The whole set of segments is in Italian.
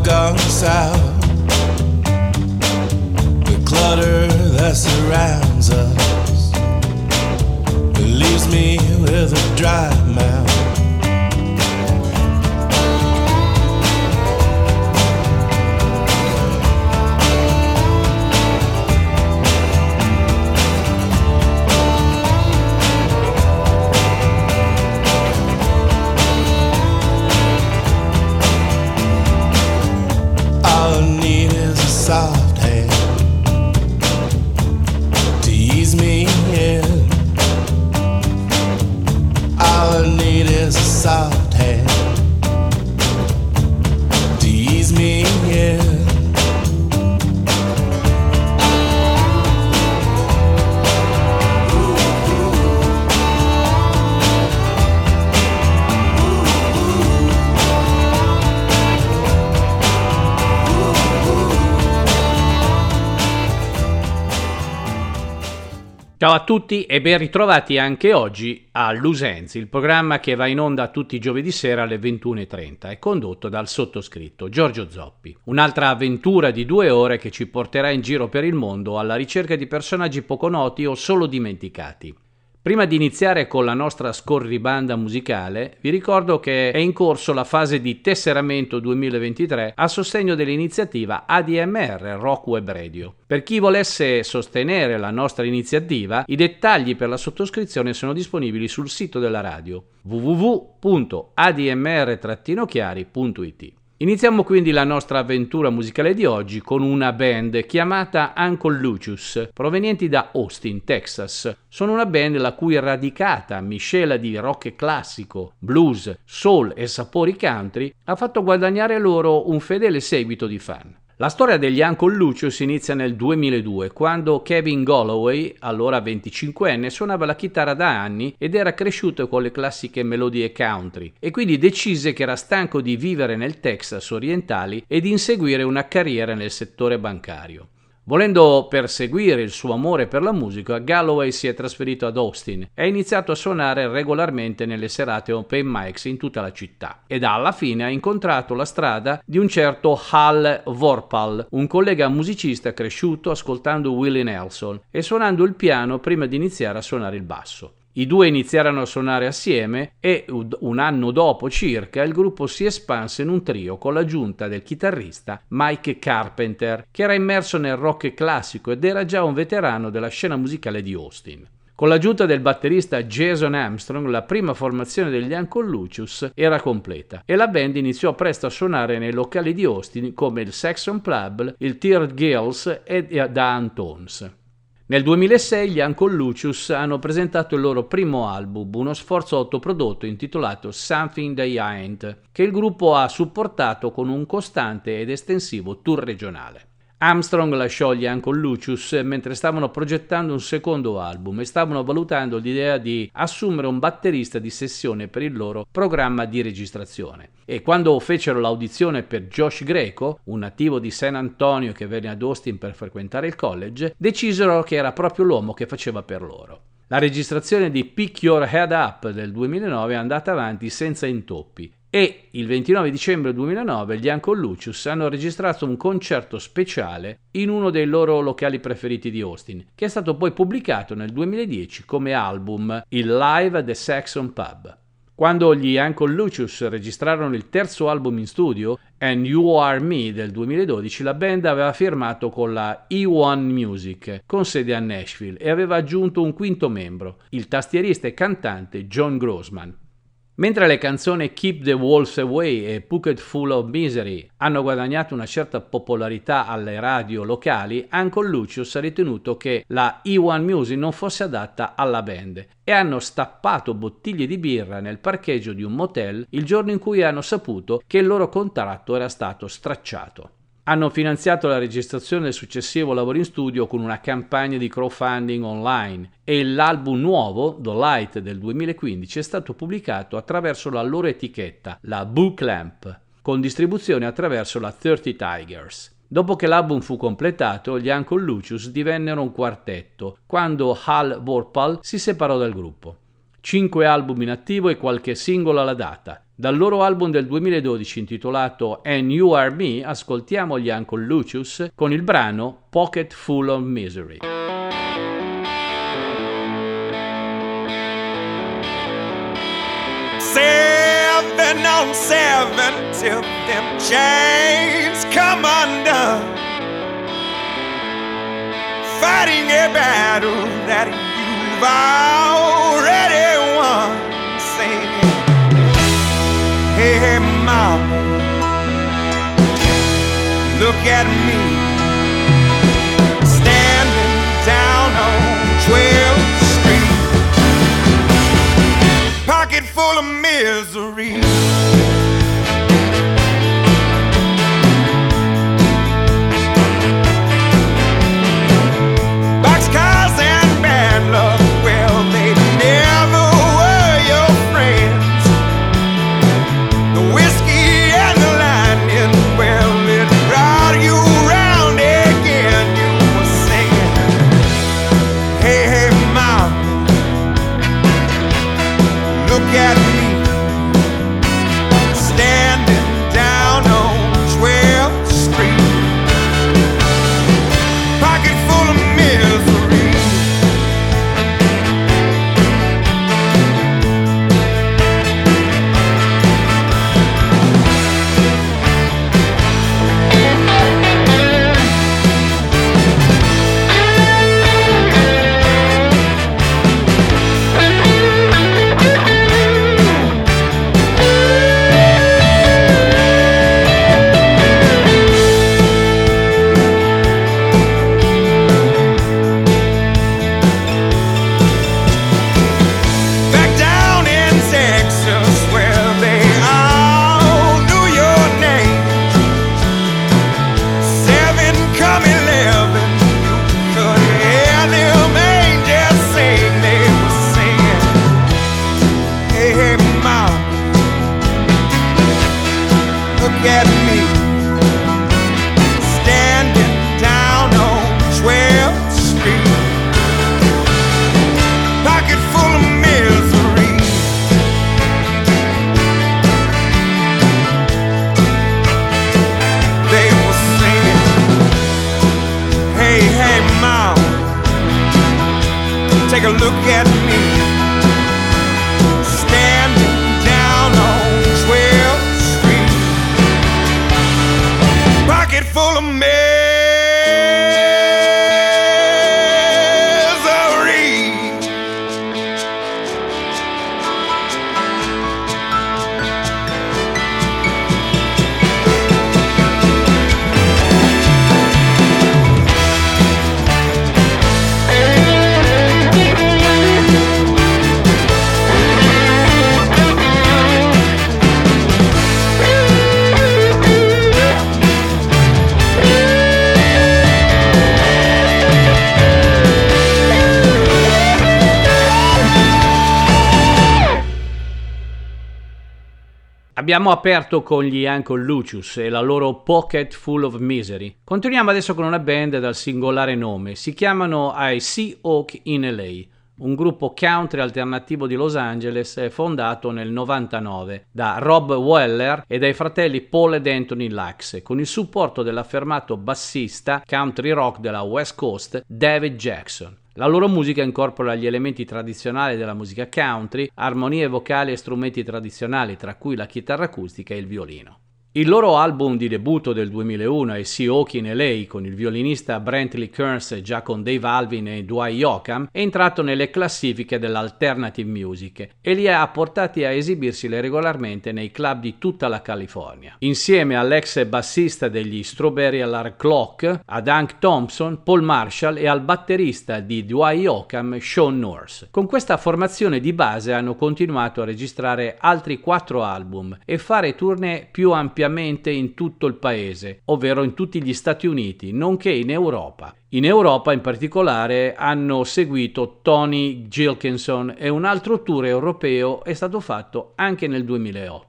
gone south. The clutter that surrounds us, it leaves me with a dry mouth. Soft hand to ease me in. All I need is a soft hand to ease me in. Ciao a tutti e ben ritrovati anche oggi a Lusenzi, il programma che va in onda tutti i giovedì sera alle 21:30 e condotto dal sottoscritto Giorgio Zoppi. Un'altra avventura di 2 ore che ci porterà in giro per il mondo alla ricerca di personaggi poco noti o solo dimenticati. Prima di iniziare con la nostra scorribanda musicale, vi ricordo che è in corso la fase di tesseramento 2023 a sostegno dell'iniziativa ADMR Rock Web Radio. Per chi volesse sostenere la nostra iniziativa, i dettagli per la sottoscrizione sono disponibili sul sito della radio www.admr-chiari.it. Iniziamo quindi la nostra avventura musicale di oggi con una band chiamata Uncle Lucius, provenienti da Austin, Texas. Sono una band la cui radicata miscela di rock classico, blues, soul e sapori country ha fatto guadagnare loro un fedele seguito di fan. La storia degli Uncle Lucius inizia nel 2002, quando Kevin Galloway, allora 25enne, suonava la chitarra da anni ed era cresciuto con le classiche melodie country, e quindi decise che era stanco di vivere nel Texas orientali e di inseguire una carriera nel settore bancario. Volendo perseguire il suo amore per la musica, Galloway si è trasferito ad Austin e ha iniziato a suonare regolarmente nelle serate open mics in tutta la città. Ed alla fine ha incontrato la strada di un certo Hal Vorpal, un collega musicista cresciuto ascoltando Willie Nelson e suonando il piano prima di iniziare a suonare il basso. I due iniziarono a suonare assieme e un anno dopo circa il gruppo si espanse in un trio con l'aggiunta del chitarrista Mike Carpenter, che era immerso nel rock classico ed era già un veterano della scena musicale di Austin. Con l'aggiunta del batterista Jason Armstrong, la prima formazione degli Uncle Lucius era completa e la band iniziò presto a suonare nei locali di Austin come il Saxon Club, il Teared Girls e The Antones. Nel 2006 gli Uncle Lucius hanno presentato il loro primo album, uno sforzo autoprodotto intitolato Something They Ain't, che il gruppo ha supportato con un costante ed estensivo tour regionale. Armstrong lasciò gli Uncle Lucius mentre stavano progettando un secondo album e stavano valutando l'idea di assumere un batterista di sessione per il loro programma di registrazione. E quando fecero l'audizione per Josh Greco, un nativo di San Antonio che venne ad Austin per frequentare il college, decisero che era proprio l'uomo che faceva per loro. La registrazione di Pick Your Head Up del 2009 è andata avanti senza intoppi e il 29 dicembre 2009 gli Uncle Lucius hanno registrato un concerto speciale in uno dei loro locali preferiti di Austin, che è stato poi pubblicato nel 2010 come album, il Live at the Saxon Pub. Quando gli Uncle Lucius registrarono il terzo album in studio, And You Are Me del 2012, la band aveva firmato con la E1 Music, con sede a Nashville, e aveva aggiunto un quinto membro, il tastierista e cantante John Grossman. Mentre le canzoni Keep the Wolves Away e Pocket Full of Misery hanno guadagnato una certa popolarità alle radio locali, Uncle Lucius ha ritenuto che la E1 Music non fosse adatta alla band e hanno stappato bottiglie di birra nel parcheggio di un motel il giorno in cui hanno saputo che il loro contratto era stato stracciato. Hanno finanziato la registrazione del successivo lavoro in studio con una campagna di crowdfunding online e l'album nuovo, The Light del 2015, è stato pubblicato attraverso la loro etichetta, la Book Lamp, con distribuzione attraverso la 30 Tigers. Dopo che l'album fu completato, gli Uncle Lucius divennero un quartetto, quando Hal Vorpal si separò dal gruppo. 5 album in attivo e qualche singolo alla data. Dal loro album del 2012 intitolato And You Are Me ascoltiamo gli Uncle Lucius con il brano Pocket Full of Misery. 7 on 7 till them chains come undone. Fighting a battle that you've already won. Singing, hey, hey, mama, look at me, standing down on 12th Street, pocket full of misery. Boxcars and bad luck, well, they never were your friends. The whiskey and the lightning, well, it brought you round again. You were singing, hey, hey, mama, look at me, standing down on 12th Street, pocket full of misery. Back down in Texas, where they all knew your name. 7 come 11, you could hear them angels sing. They were singing, hey, hey, mama, look at me, standing down on 12th Street, pocket full of misery. They were singing, hey, hey, mom, take a look at me, standing down on 12th Street, pocket full of misery. Abbiamo aperto con gli Uncle Lucius e la loro Pocket Full of Misery. Continuiamo adesso con una band dal singolare nome. Si chiamano I See Oak in LA, un gruppo country alternativo di Los Angeles fondato nel 99 da Rob Weller e dai fratelli Paul ed Anthony Lax, con il supporto dell'affermato bassista country rock della West Coast David Jackson. La loro musica incorpora gli elementi tradizionali della musica country, armonie vocali e strumenti tradizionali, tra cui la chitarra acustica e il violino. Il loro album di debutto del 2001, I See Oak in LA, con il violinista Brantley Kearns già con Dave Alvin e Dwight Yoakam, è entrato nelle classifiche dell'alternative music e li ha portati a esibirsi regolarmente nei club di tutta la California. Insieme all'ex bassista degli Strawberry Alarm Clock, ad Hank Thompson, Paul Marshall e al batterista di Dwight Yoakam, Sean Norse. Con questa formazione di base hanno continuato a registrare altri 4 album e fare tournée più ampiamente in tutto il paese, ovvero in tutti gli Stati Uniti, nonché in Europa. In Europa in particolare hanno seguito Tony Gilkinson e un altro tour europeo è stato fatto anche nel 2008.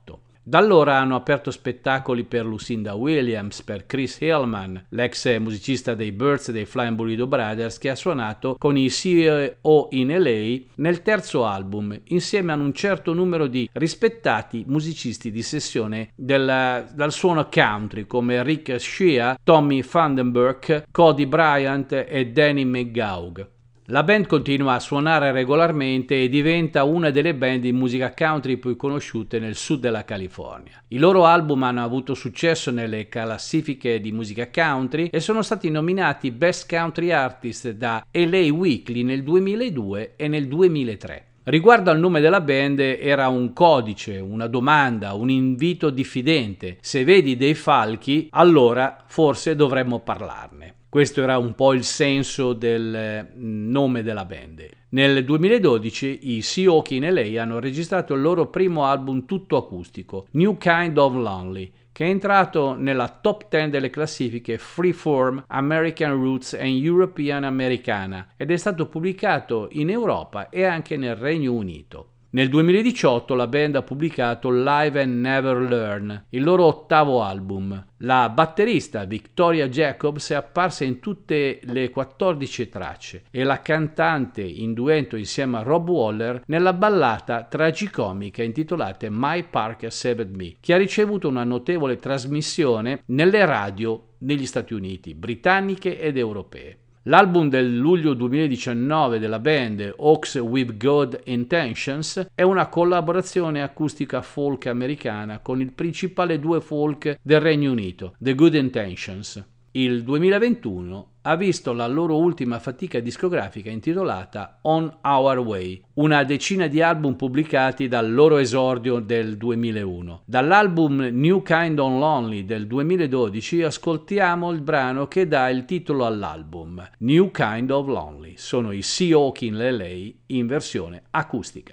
Da allora hanno aperto spettacoli per Lucinda Williams, per Chris Hillman, l'ex musicista dei Byrds e dei Flying Burrito Brothers, che ha suonato con i CEO in LA nel terzo album, insieme a un certo numero di rispettati musicisti di sessione dal suono country come Rick Shea, Tommy Vandenberg, Cody Bryant e Danny McGough. La band continua a suonare regolarmente e diventa una delle band di musica country più conosciute nel sud della California. I loro album hanno avuto successo nelle classifiche di musica country e sono stati nominati Best Country Artist da LA Weekly nel 2002 e nel 2003. Riguardo al nome della band era un codice, una domanda, un invito diffidente. Se vedi dei falchi, allora forse dovremmo parlarne. Questo era un po' il senso del nome della band. Nel 2012 i Seahawks in LA hanno registrato il loro primo album tutto acustico, New Kind of Lonely, che è entrato nella top 10 delle classifiche Freeform, American Roots e European Americana ed è stato pubblicato in Europa e anche nel Regno Unito. Nel 2018 la band ha pubblicato Live and Never Learn, il loro ottavo album. La batterista Victoria Jacobs è apparsa in tutte le 14 tracce e la cantante in duetto insieme a Rob Waller nella ballata tragicomica intitolata My Park Saved Me, che ha ricevuto una notevole trasmissione nelle radio negli Stati Uniti, britanniche ed europee. L'album del luglio 2019 della band, Hawks with Good Intentions, è una collaborazione acustica folk americana con il principale duo folk del Regno Unito, The Good Intentions. Il 2021 ha visto la loro ultima fatica discografica intitolata On Our Way, una decina di album pubblicati dal loro esordio del 2001. Dall'album New Kind of Lonely del 2012 ascoltiamo il brano che dà il titolo all'album, New Kind of Lonely. Sono i Seahawks in LA in versione acustica.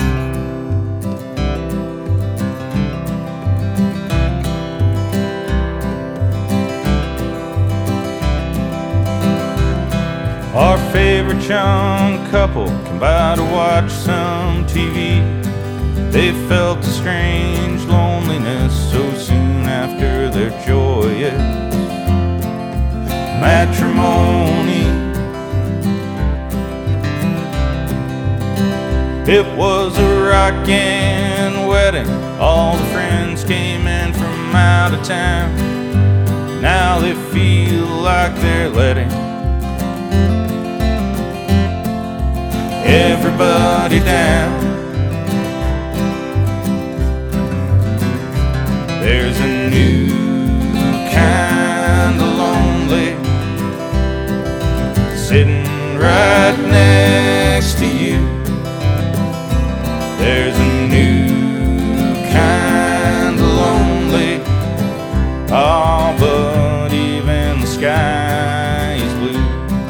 Our favorite young couple came by to watch some TV. They felt a strange loneliness so soon after their joyous matrimony. It was a rockin' wedding. All the friends came in from out of town. Now they feel like they're letting everybody down. There's a new kind of lonely sitting right next to you. There's a new kind of lonely, oh, but even the sky is blue.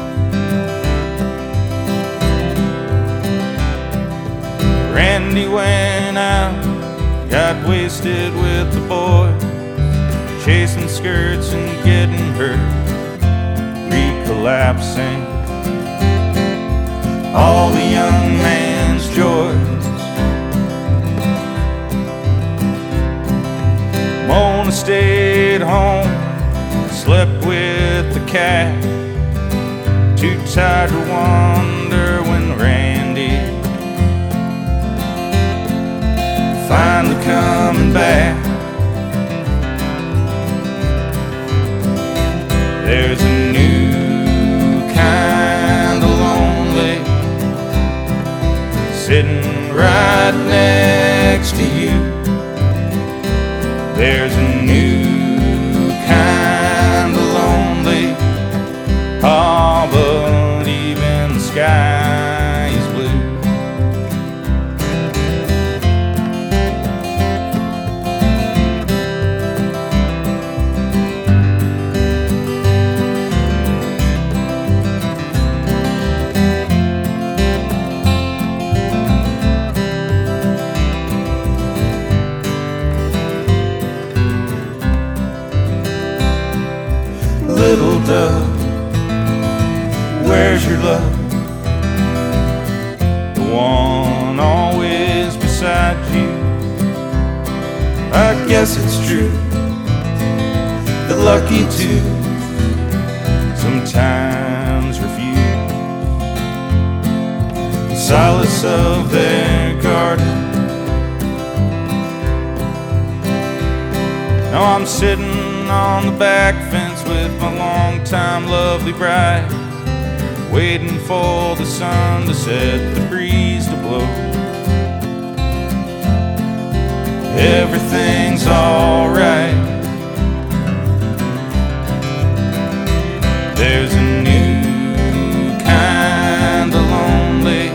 Randy went out, got wasted with the boys, chasing skirts and getting hurt, recollapsing all the young man's joys. Mona stayed home, slept with the cat, too tired to wonder when Randy finally coming back. There's a new kind of lonely sitting right next to you. There's a new kind of lonely, oh, but even the sky is blue. Little dove, where's your love? The one always beside you. I guess it's true. The lucky two sometimes refuse the solace of their garden. Now I'm sitting on the back fence with my longtime lovely bride, waiting for the sun to set, the breeze to blow. Everything's alright. There's a new kind of lonely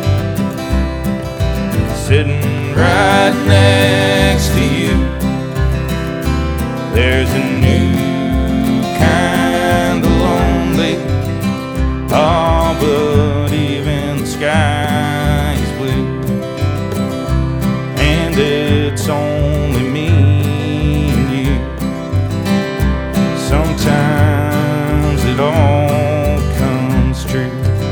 sitting right next to you. There's a new kind of lonely. Oh, but even the sky is blue, and it's only me and you. Sometimes it all comes true.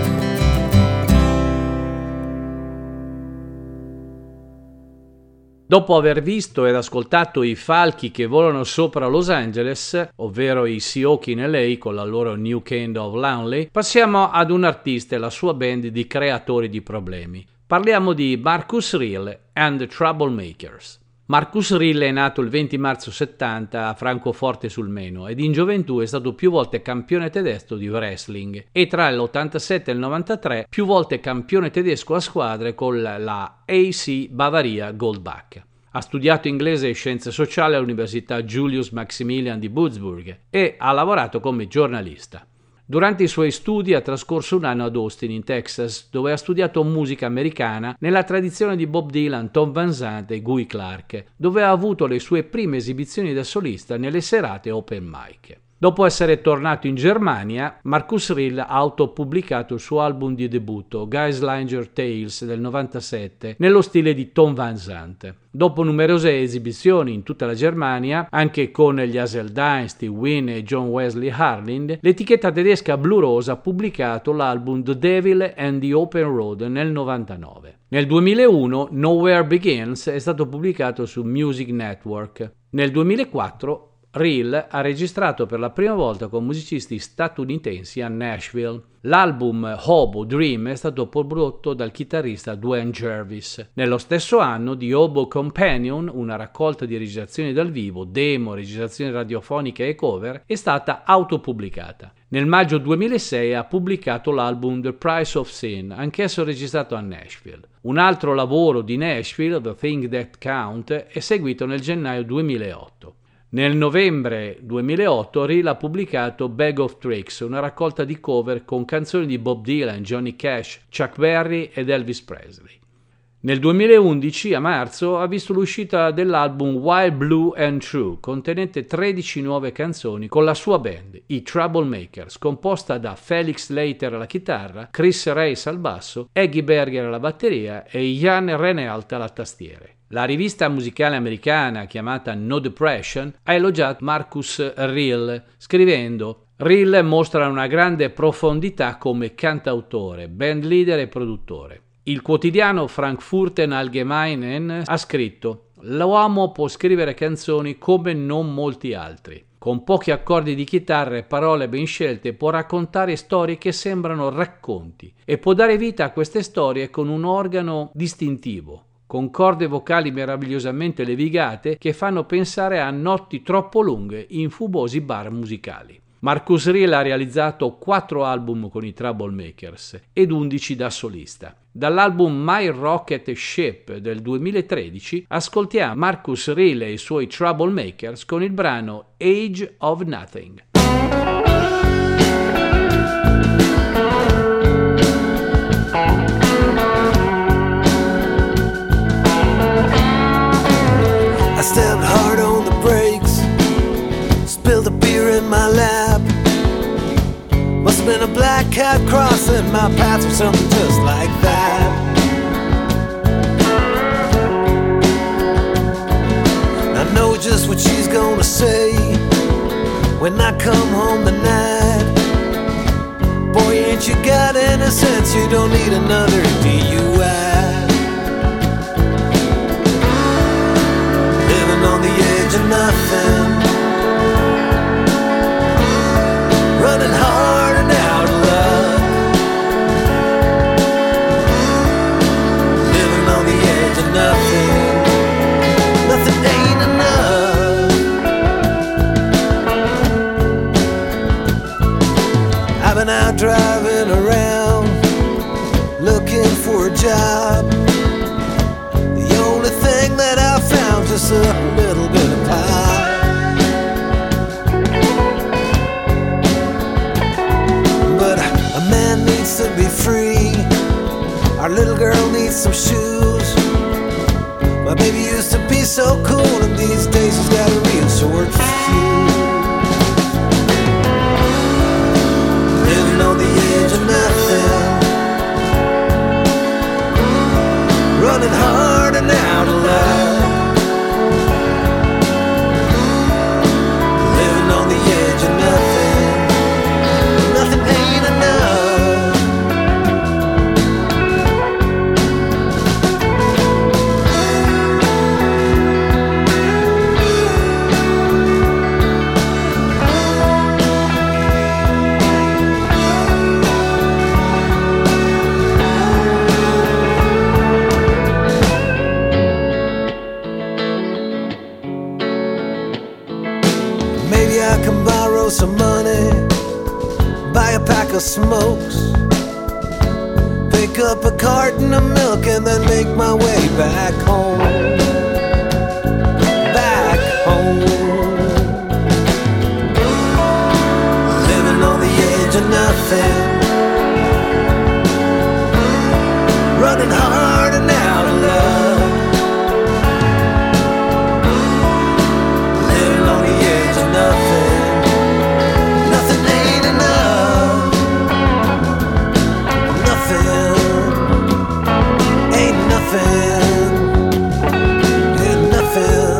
Dopo aver visto ed ascoltato i falchi che volano sopra Los Angeles, ovvero i Sioki in LA con la loro New Kind of Lonely, passiamo ad un artista e la sua band di creatori di problemi. Parliamo di Marcus Rhyl and the Troublemakers. Marcus Rhyl è nato il 20 marzo 70 a Francoforte sul Meno ed in gioventù è stato più volte campione tedesco di wrestling e tra l'87 e il 93 più volte campione tedesco a squadre con la AC Bavaria Goldbach. Ha studiato inglese e scienze sociali all'Università Julius Maximilian di Würzburg e ha lavorato come giornalista. Durante i suoi studi ha trascorso un anno ad Austin, in Texas, dove ha studiato musica americana nella tradizione di Bob Dylan, Tom Van Zandt e Guy Clark, dove ha avuto le sue prime esibizioni da solista nelle serate open mic. Dopo essere tornato in Germania, Marcus Rhyl ha autopubblicato il suo album di debutto, Geislinger Tales del 97, nello stile di Tom Van Zandt. Dopo numerose esibizioni in tutta la Germania, anche con gli Hazeltine, Steve Wynn e John Wesley Harland, l'etichetta tedesca Blue Rose ha pubblicato l'album The Devil and the Open Road nel 99. Nel 2001 Nowhere Begins è stato pubblicato su Music Network. Nel 2004 Rhyl ha registrato per la prima volta con musicisti statunitensi a Nashville. L'album Hobo Dream è stato prodotto dal chitarrista Dwayne Jervis. Nello stesso anno The Hobo Companion, una raccolta di registrazioni dal vivo, demo, registrazioni radiofoniche e cover, è stata autopubblicata. Nel maggio 2006 ha pubblicato l'album The Price of Sin, anch'esso registrato a Nashville. Un altro lavoro di Nashville, The Thing That Count, è seguito nel gennaio 2008. Nel novembre 2008 Rhyl ha pubblicato Bag of Tricks, una raccolta di cover con canzoni di Bob Dylan, Johnny Cash, Chuck Berry ed Elvis Presley. Nel 2011, a marzo, ha visto l'uscita dell'album Wild Blue and True, contenente 13 nuove canzoni con la sua band, i Troublemakers, composta da Felix Leiter alla chitarra, Chris Reis al basso, Eggy Berger alla batteria e Jan Renaelt alla tastiere. La rivista musicale americana chiamata No Depression ha elogiato Marcus Rhyl scrivendo: Rhyl mostra una grande profondità come cantautore, bandleader e produttore. Il quotidiano Frankfurter Allgemeinen ha scritto: l'uomo può scrivere canzoni come non molti altri. Con pochi accordi di chitarra e parole ben scelte può raccontare storie che sembrano racconti e può dare vita a queste storie con un organo distintivo, con corde vocali meravigliosamente levigate che fanno pensare a notti troppo lunghe in fumosi bar musicali. Marcus Rhyl ha realizzato 4 album con i Troublemakers ed 11 da solista. Dall'album My Rocket Ship del 2013 ascoltiamo Marcus Rhyl e i suoi Troublemakers con il brano Age of Nothing. I stepped hard on the brakes, spilled the beer in my lap. Must have been a black cat crossing my path or something just like that. I know just what she's gonna say when I come home tonight. Boy, ain't you got any sense, you don't need another DUI. On the edge edge of nothing, running hard and out of luck, living on the edge of nothing. Nothing ain't enough. I've been out driving around looking for a job. The only thing that I found just a little bit of pie. But a man needs to be free. Our little girl needs some shoes. My baby used to be so cool, and these days he's got a real short fuse. Living on the edge of nothing, running hard and out of luck, living on the edge of nothing. Nothing ain't enough. Maybe I can borrow some money, buy a pack of smokes, pick up a carton of milk, and then make my way back home. Back home. Living on the edge of nothing, running hard and out of love, living on the edge of nothing. Nothing ain't enough. Nothing ain't nothing. Ain't nothing.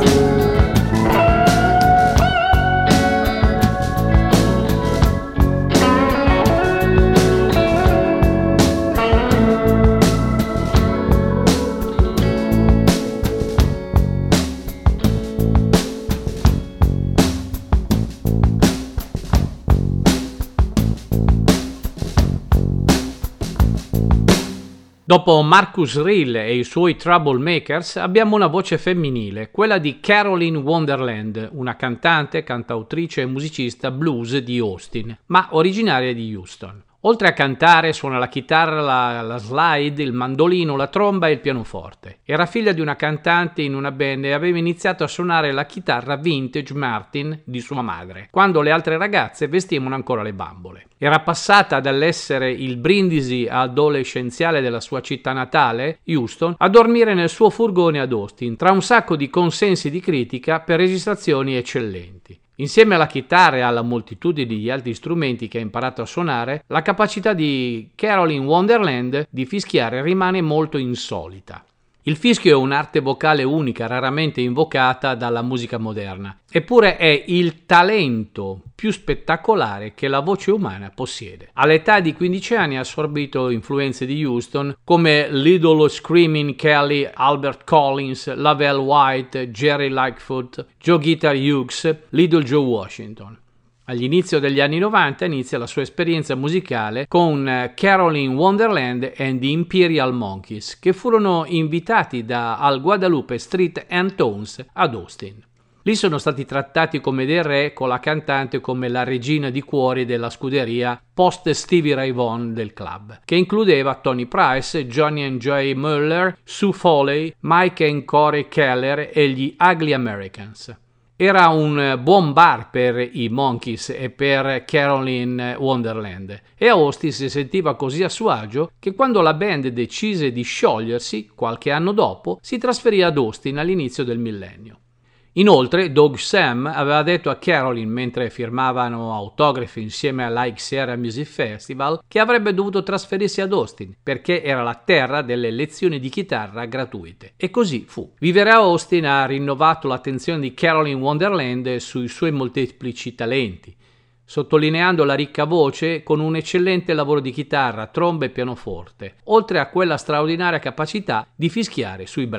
Dopo Marcus Rill e i suoi Troublemakers abbiamo una voce femminile, quella di Carolyn Wonderland, una cantante, cantautrice e musicista blues di Austin, ma originaria di Houston. Oltre a cantare, suona la chitarra, la slide, il mandolino, la tromba e il pianoforte. Era figlia di una cantante in una band e aveva iniziato a suonare la chitarra vintage Martin di sua madre, quando le altre ragazze vestivano ancora le bambole. Era passata dall'essere il brindisi adolescenziale della sua città natale, Houston, a dormire nel suo furgone ad Austin, tra un sacco di consensi di critica per registrazioni eccellenti. Insieme alla chitarra e alla moltitudine di altri strumenti che ha imparato a suonare, la capacità di Carolyn Wonderland di fischiare rimane molto insolita. Il fischio è un'arte vocale unica, raramente invocata dalla musica moderna, eppure è il talento più spettacolare che la voce umana possiede. All'età di 15 anni ha assorbito influenze di Houston come l'idolo Screaming Kelly, Albert Collins, Lavelle White, Jerry Lightfoot, Joe Guitar Hughes, Little Joe Washington. Agli inizi degli anni 90 inizia la sua esperienza musicale con Carolyn Wonderland and the Imperial Monkeys, che furono invitati al Guadalupe Street and Tones ad Austin. Lì sono stati trattati come dei re, con la cantante come la regina di cuori della scuderia post Stevie Ray Vaughan del club, che includeva Tony Price, Johnny and Joy Muller, Sue Foley, Mike and Corey Keller e gli Ugly Americans. Era un buon bar per i Monkeys e per Carolyn Wonderland, e a Austin si sentiva così a suo agio che quando la band decise di sciogliersi, qualche anno dopo, si trasferì ad Austin all'inizio del millennio. Inoltre, Doug Sam aveva detto a Carolyn, mentre firmavano autografi insieme all'Ike Sierra Music Festival, che avrebbe dovuto trasferirsi ad Austin, perché era la terra delle lezioni di chitarra gratuite. E così fu. Vivere a Austin ha rinnovato l'attenzione di Carolyn Wonderland sui suoi molteplici talenti, sottolineando la ricca voce con un eccellente lavoro di chitarra, tromba e pianoforte, oltre a quella straordinaria capacità di fischiare sui brani.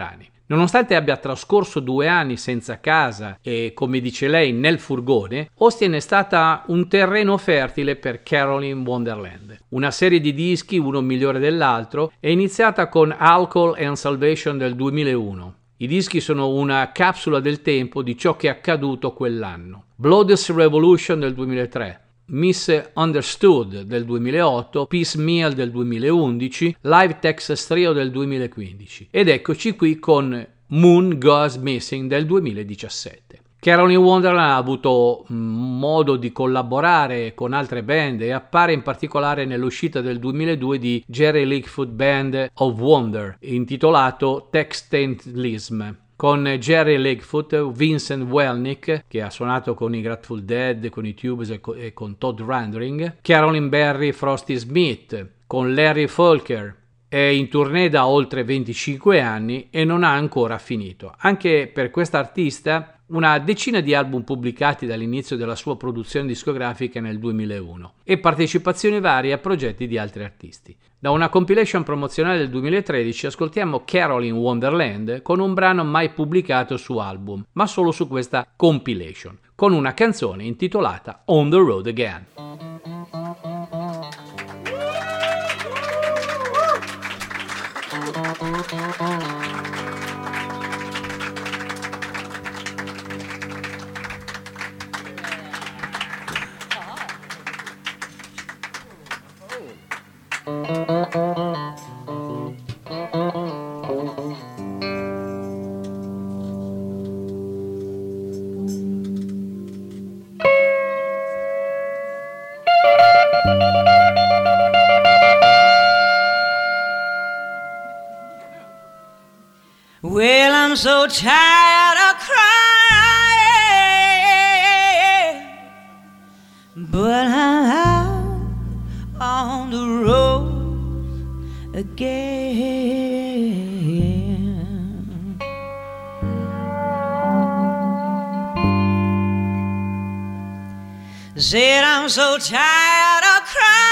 Nonostante abbia trascorso 2 anni senza casa e, come dice lei, nel furgone, Austin è stata un terreno fertile per Carolyn Wonderland. Una serie di dischi, uno migliore dell'altro, è iniziata con Alcohol and Salvation del 2001. I dischi sono una capsula del tempo di ciò che è accaduto quell'anno. Bloodless Revolution del 2003, Misunderstood del 2008, Piecemeal del 2011, Live Texas Trio del 2015 ed eccoci qui con Moon Goes Missing del 2017. Carolyn Wonderland ha avuto modo di collaborare con altre band e appare in particolare nell'uscita del 2002 di Jerry Lightfoot Band of Wonder intitolato Textantlism, con Jerry Lightfoot, Vincent Welnick, che ha suonato con i Grateful Dead, con i Tubes e con Todd Rundgren, Carolyn Berry, Frosty Smith, con Larry Folker. È in tournée da oltre 25 anni e non ha ancora finito. Anche per questa artista una decina di album pubblicati dall'inizio della sua produzione discografica nel 2001 e partecipazioni varie a progetti di altri artisti. Da una compilation promozionale del 2013 ascoltiamo Carolyn Wonderland con un brano mai pubblicato su album, ma solo su questa compilation, con una canzone intitolata On the Road Again. Well, I'm so tired of crying, but I'm out on the road again. Said I'm so tired of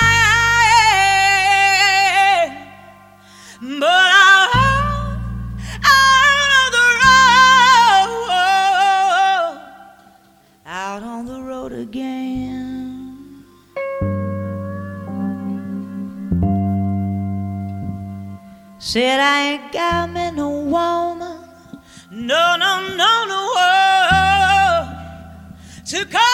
crying, but I'm out on the road again. Said I ain't got me no woman, no, no, no, no, to call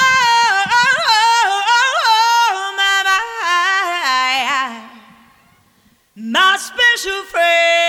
my special friend.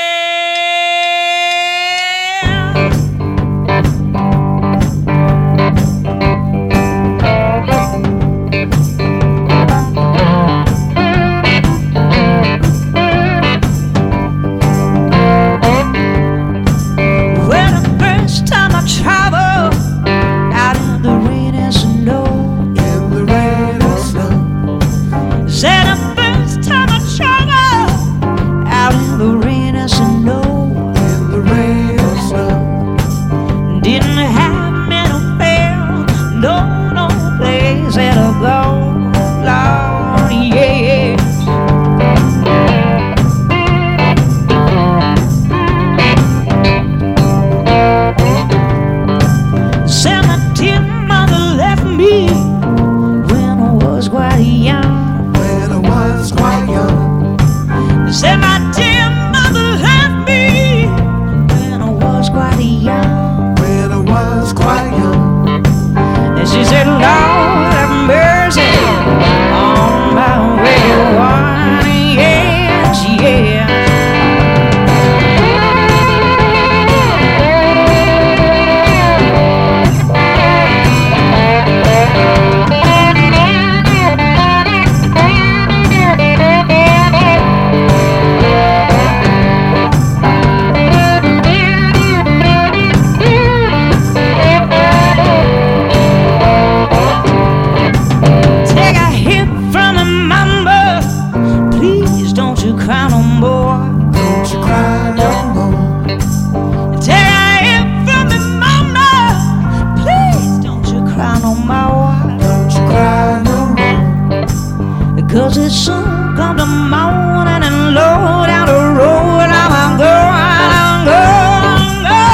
I'm going.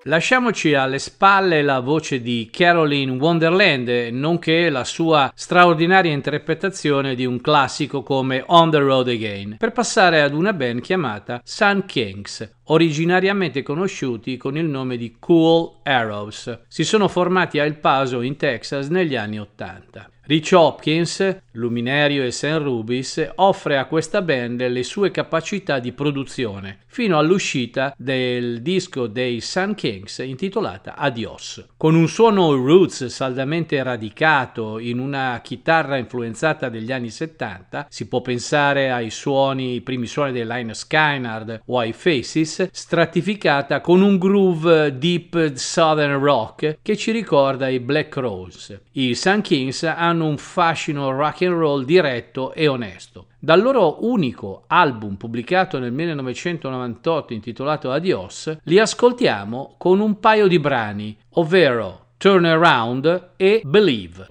Lasciamoci alle spalle la voce di Caroline Wonderland, nonché la sua straordinaria interpretazione di un classico come On the Road Again, per passare ad una band chiamata Sun Kings, originariamente conosciuti con il nome di Cool Arrows. Si sono formati a El Paso in Texas negli anni '80. Rich Hopkins, luminario e Sam Rubis, offre a questa band le sue capacità di produzione fino all'uscita del disco dei Sun Kings intitolata Adios. Con un suono roots saldamente radicato in una chitarra influenzata degli anni 70, si può pensare ai primi suoni dei Lynyrd Skynyrd o ai Faces, stratificata con un groove deep southern rock che ci ricorda i Black Crowes. I Sun Kings hanno un fascino rock and roll diretto e onesto. Dal loro unico album pubblicato nel 1998 intitolato Adios, li ascoltiamo con un paio di brani, ovvero Turn Around e Believe.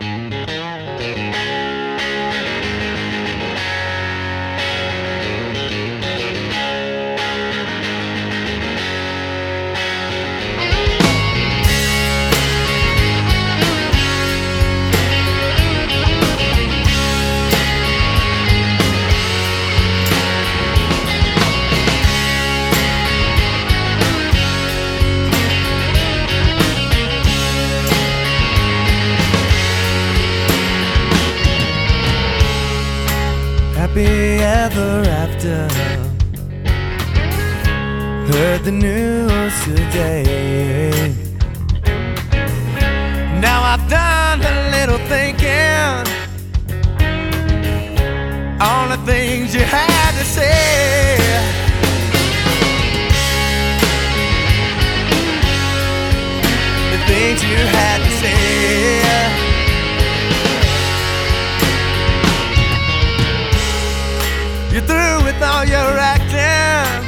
Happy ever after. Heard the news today. Now I've done a little thinking on the things you had to say. The things you had to say. You're through with all your acting.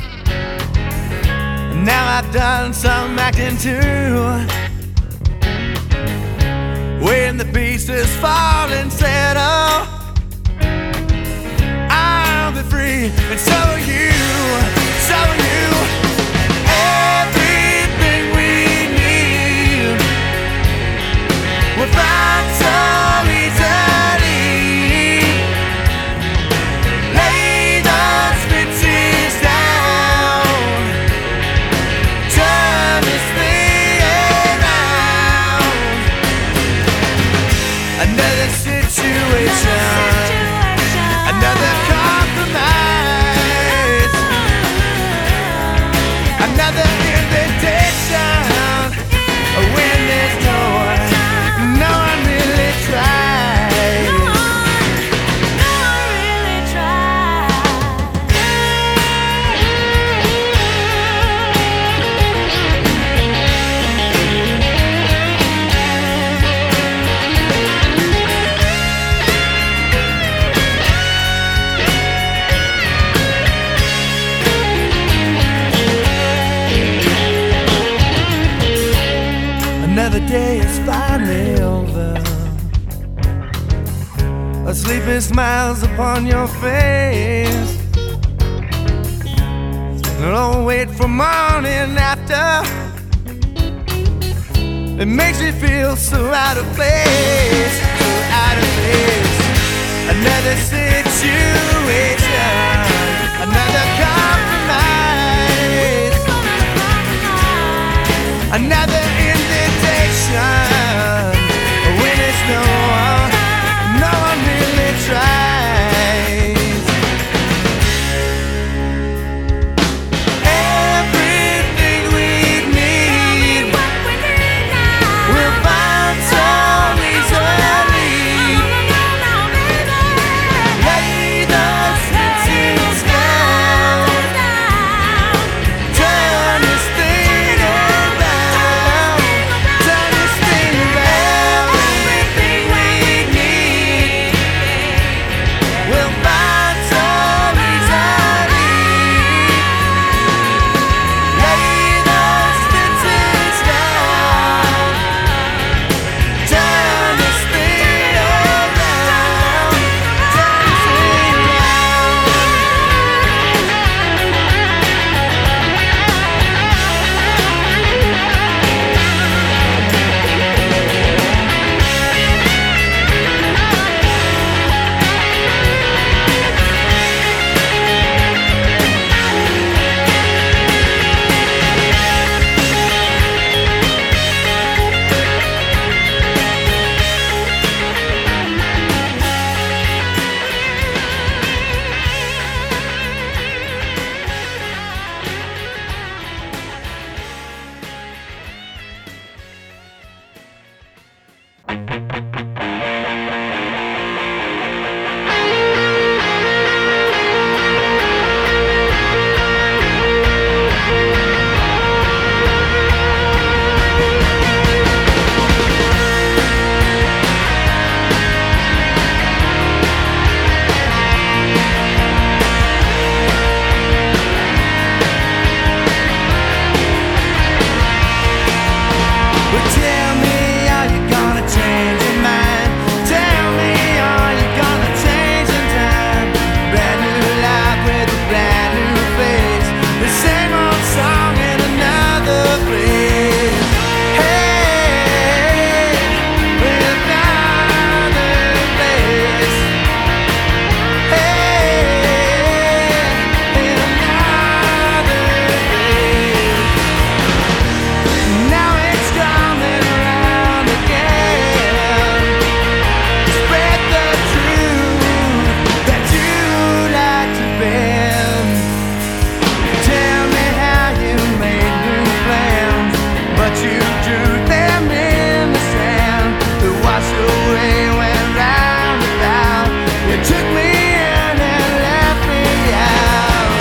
Now I've done some acting too. When the pieces fall and settle, I'll be free, and so are you, so are you. Everything we need, we'll find so easily. Lay those fences down, turn this thing around. Another situation, another compromise, another invitation. When there's no one really tries. Another day is finally over. A sleeping smile's upon your face. Don't wait for morning after. It makes me feel so out of place, so out of place. Another situation, another compromise, another invitation. When it's no one really tries. Everything we need, we'll find so easily. Lay those fences down, turn this thing around. another place. Hey, another place. Hey, another place. Now it's coming around again. Spread the truth that you like to bend. Tell me how you made new plans, but you drew them in the sand. The wash away went round and round. You took me in and left me out.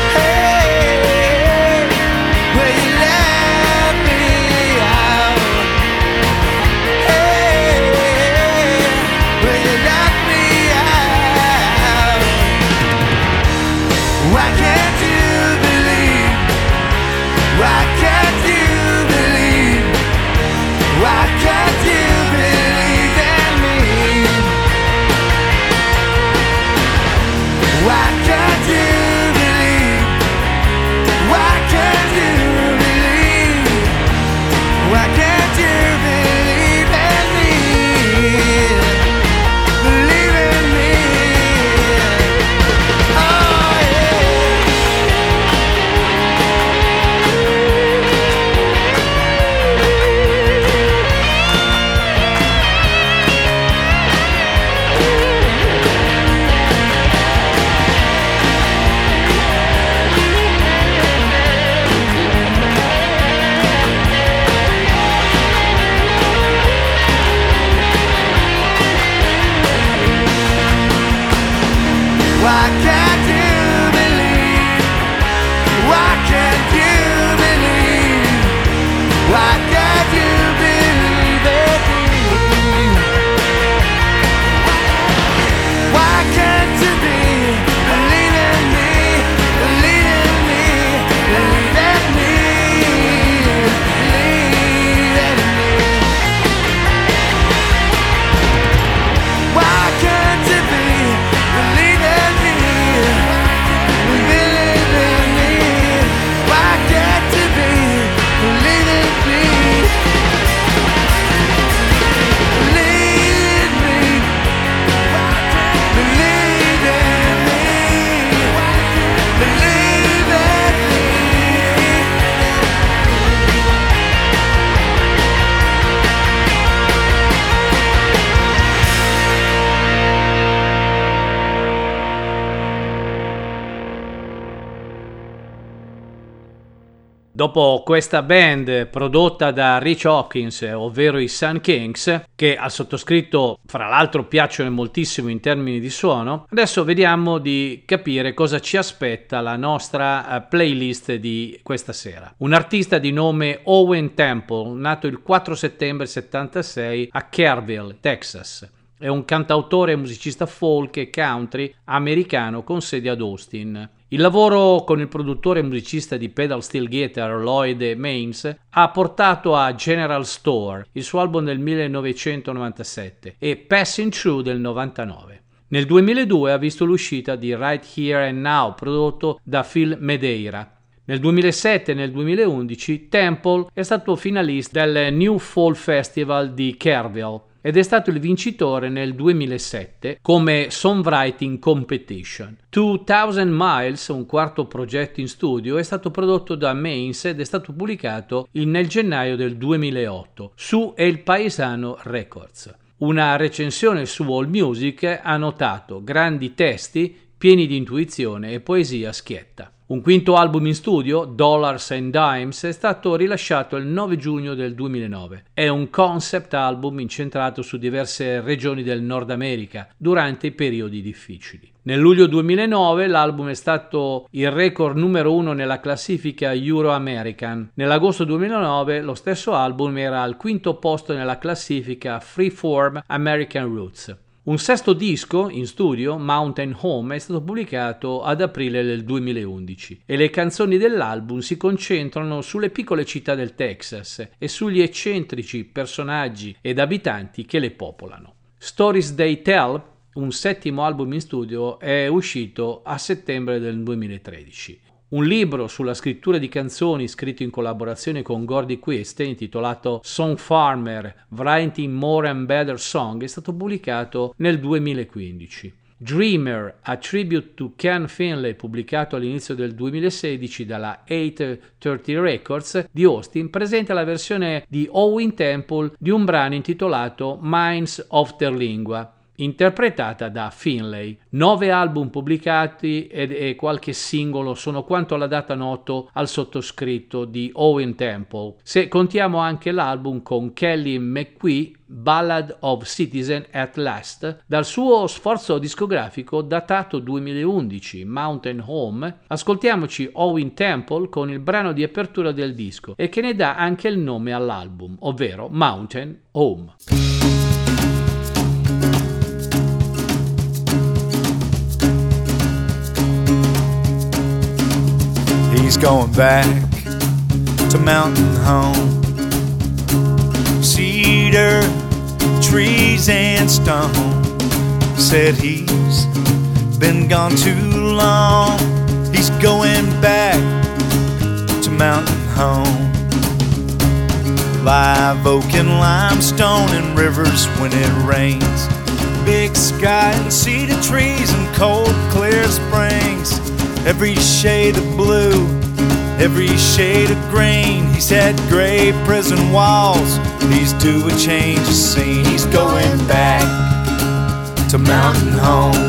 Hey, well you left me out. Hey, well you left me out. Why can't you believe? Why can't you believe? Why can't you believe in me? Why can't you believe? Why can't you believe? Why can't you believe in me? Believe in me. Oh yeah. Why can't you believe? Why can't you believe? Why can't you believe in me? Why can't you believe in me? Believe in me, believe in me, believe in me. Why can't you believe in me? Believe in me. Why can't you believe in me? Believe in me. Believe in me. Believe in me. Dopo questa band prodotta da Rich Hawkins, ovvero i Sun Kings, che al sottoscritto fra l'altro piacciono moltissimo in termini di suono, adesso vediamo di capire cosa ci aspetta la nostra playlist di questa sera. Un artista di nome Owen Temple, nato il 4 settembre 76 a Kerrville, Texas. È un cantautore e musicista folk e country americano con sede ad Austin. Il lavoro con il produttore e musicista di pedal steel guitar Lloyd Maines ha portato a General Store, il suo album del 1997, e Passing Through del 99. Nel 2002 ha visto l'uscita di Right Here and Now, prodotto da Phil Medeira. Nel 2007 e nel 2011 Temple è stato finalista del New Fall Festival di Kerrville ed è stato il vincitore nel 2007 come Songwriting Competition. 2000 Miles, un quarto progetto in studio, è stato prodotto da Maines ed è stato pubblicato nel gennaio del 2008 su El Paesano Records. Una recensione su AllMusic ha notato grandi testi pieni di intuizione e poesia schietta. Un quinto album in studio, Dollars and Dimes, è stato rilasciato il 9 giugno del 2009. È un concept album incentrato su diverse regioni del Nord America durante i periodi difficili. Nel luglio 2009 l'album è stato il record numero 1 nella classifica Euro American. Nell'agosto 2009 lo stesso album era al quinto posto nella classifica Freeform American Roots. Un sesto disco in studio, Mountain Home, è stato pubblicato ad aprile del 2011 e le canzoni dell'album si concentrano sulle piccole città del Texas e sugli eccentrici personaggi ed abitanti che le popolano. Stories They Tell, un settimo album in studio, è uscito a settembre del 2013. Un libro sulla scrittura di canzoni scritto in collaborazione con Gordy Quist, intitolato Song Farmer, Writing More and Better Song, è stato pubblicato nel 2015. Dreamer, a tribute to Ken Finlay, pubblicato all'inizio del 2016 dalla 830 Records di Austin, presenta la versione di Owen Temple di un brano intitolato Minds of Terlingua, interpretata da Finlay. 9 album pubblicati e qualche singolo sono quanto alla data noto al sottoscritto di Owen Temple. Se contiamo anche l'album con Kelly McQueen, Ballad of Citizen at Last, dal suo sforzo discografico datato 2011, Mountain Home, ascoltiamoci Owen Temple con il brano di apertura del disco e che ne dà anche il nome all'album, ovvero Mountain Home. He's going back to mountain home. Cedar, trees and stone. Said he's been gone too long. He's going back to mountain home. Live oak and limestone and rivers when it rains. Big sky and cedar trees and cold clear springs. Every shade of blue, every shade of green. He's had gray prison walls, he's due a change of scene. He's going back to mountain home.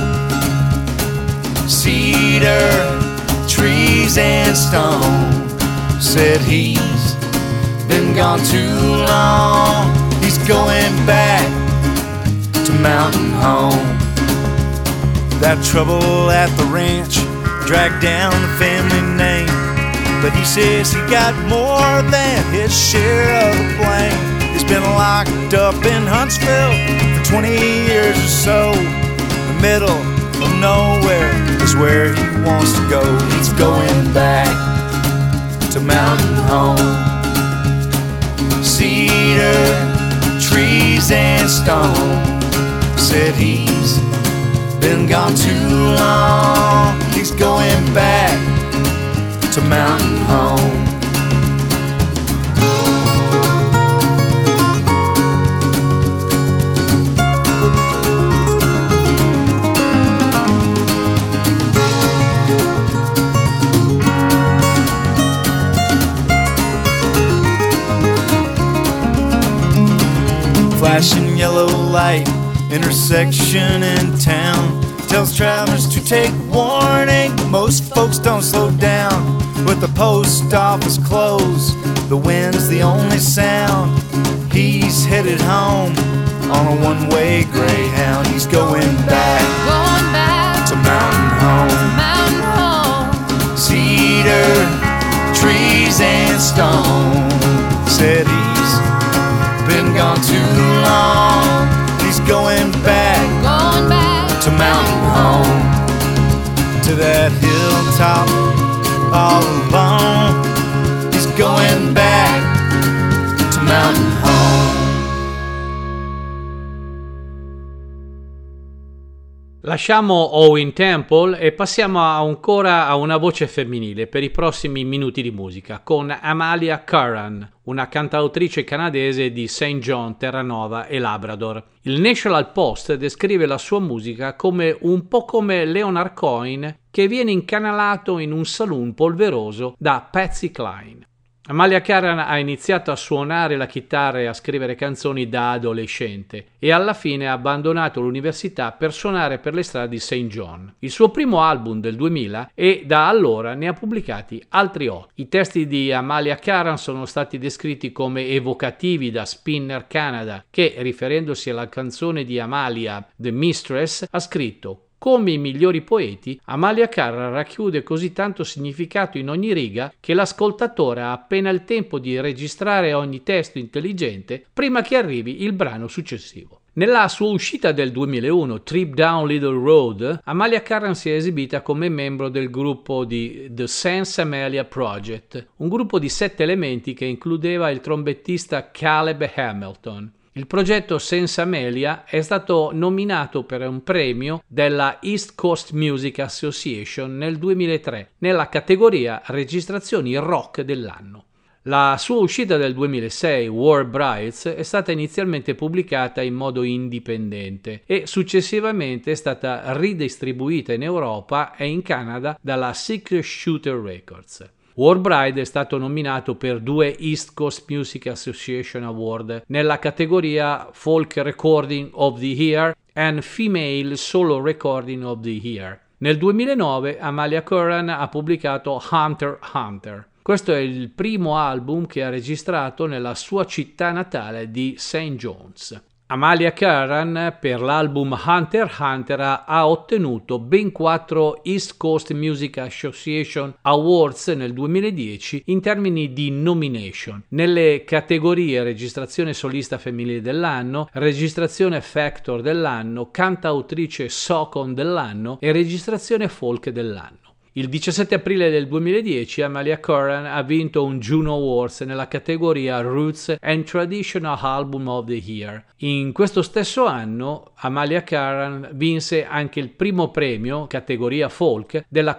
Cedar, trees and stone. Said he's been gone too long. He's going back to mountain home. That trouble at the ranch dragged down the family name, but he says he got more than his share of the blame. He's been locked up in Huntsville for 20 years or so. The middle of nowhere is where he wants to go. He's going back to mountain home. Cedar, trees and stone. Said he's been gone too long. He's going back to mountain home. Flashing yellow light, intersection in town, tells travelers to take warning. Most folks don't slow down. With the post office closed, the wind's the only sound. He's headed home on a one-way Greyhound. He's going back to mountain home. Cedar, trees and stone. Said he's been gone too long. He's going back to mountain home. To that hilltop all alone. He's going back to mountain home. Lasciamo Owen Temple e passiamo ancora a una voce femminile per i prossimi minuti di musica con Amalia Curran, una cantautrice canadese di St. John, Terranova e Labrador. Il National Post descrive la sua musica come un po' come Leonard Cohen che viene incanalato in un saloon polveroso da Patsy Cline. Amalia Curran ha iniziato a suonare la chitarra e a scrivere canzoni da adolescente e alla fine ha abbandonato l'università per suonare per le strade di St. John. Il suo primo album del 2000 e da allora ne ha pubblicati altri 8. I testi di Amalia Curran sono stati descritti come evocativi da Spinner Canada, che, riferendosi alla canzone di Amalia, The Mistress, ha scritto: come i migliori poeti, Amalia Curran racchiude così tanto significato in ogni riga che l'ascoltatore ha appena il tempo di registrare ogni testo intelligente prima che arrivi il brano successivo. Nella sua uscita del 2001, Trip Down Little Road, Amalia Curran si è esibita come membro del gruppo di The Sense Amelia Project, un gruppo di 7 elementi che includeva il trombettista Caleb Hamilton. Il progetto Senza Melia è stato nominato per un premio della East Coast Music Association nel 2003 nella categoria Registrazioni Rock dell'anno. La sua uscita del 2006, War Brides, è stata inizialmente pubblicata in modo indipendente e successivamente è stata ridistribuita in Europa e in Canada dalla Six Shooter Records. War Bride è stato nominato per 2 East Coast Music Association Award nella categoria Folk Recording of the Year and Female Solo Recording of the Year. Nel 2009 Amalia Curran ha pubblicato Hunter x Hunter. Questo è il primo album che ha registrato nella sua città natale di St. John's. Amalia Curran per l'album Hunter x Hunter ha ottenuto ben 4 East Coast Music Association Awards nel 2010 in termini di nomination, nelle categorie registrazione solista femminile dell'anno, registrazione factor dell'anno, cantautrice socon dell'anno e registrazione folk dell'anno. Il 17 aprile del 2010 Amalia Curran ha vinto un Juno Awards nella categoria Roots and Traditional Album of the Year. In questo stesso anno Amalia Curran vinse anche il primo premio, categoria folk, della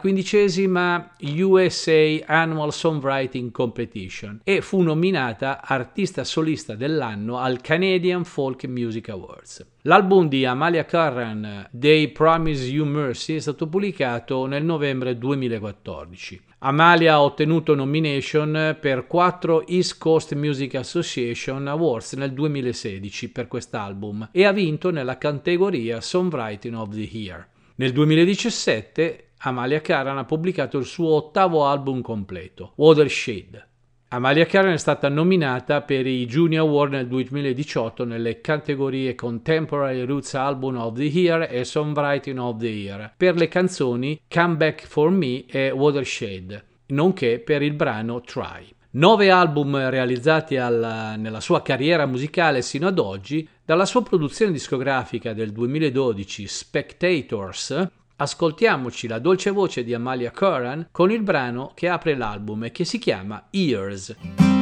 15ª USA Annual Songwriting Competition e fu nominata artista solista dell'anno al Canadian Folk Music Awards. L'album di Amalia Curran, They Promise You Mercy, è stato pubblicato nel novembre 2014. Amalia ha ottenuto nomination per 4 East Coast Music Association Awards nel 2016 per quest'album e ha vinto nella categoria Songwriting of the Year. Nel 2017 Amalia Curran ha pubblicato il suo 8º album completo, Watershed. Amalia Curran è stata nominata per i Junior Award nel 2018 nelle categorie Contemporary Roots Album of the Year e Songwriting of the Year per le canzoni Come Back for Me e Watershed, nonché per il brano Try. 9 album realizzati nella sua carriera musicale sino ad oggi. Dalla sua produzione discografica del 2012 Spectators ascoltiamoci la dolce voce di Amalia Curran con il brano che apre l'album e che si chiama Years.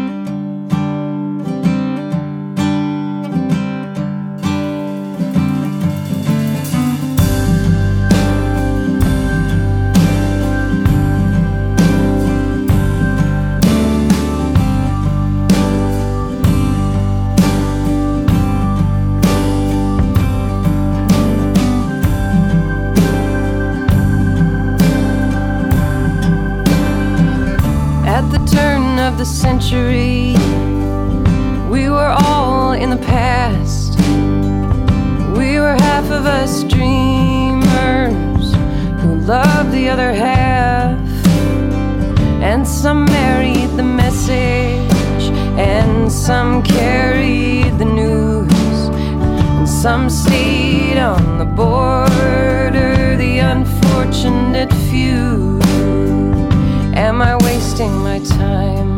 The century, we were all in the past. We were half of us dreamers who loved the other half, and some married the message, and some carried the news, and some stayed on the border, the unfortunate few. Am I wasting my time?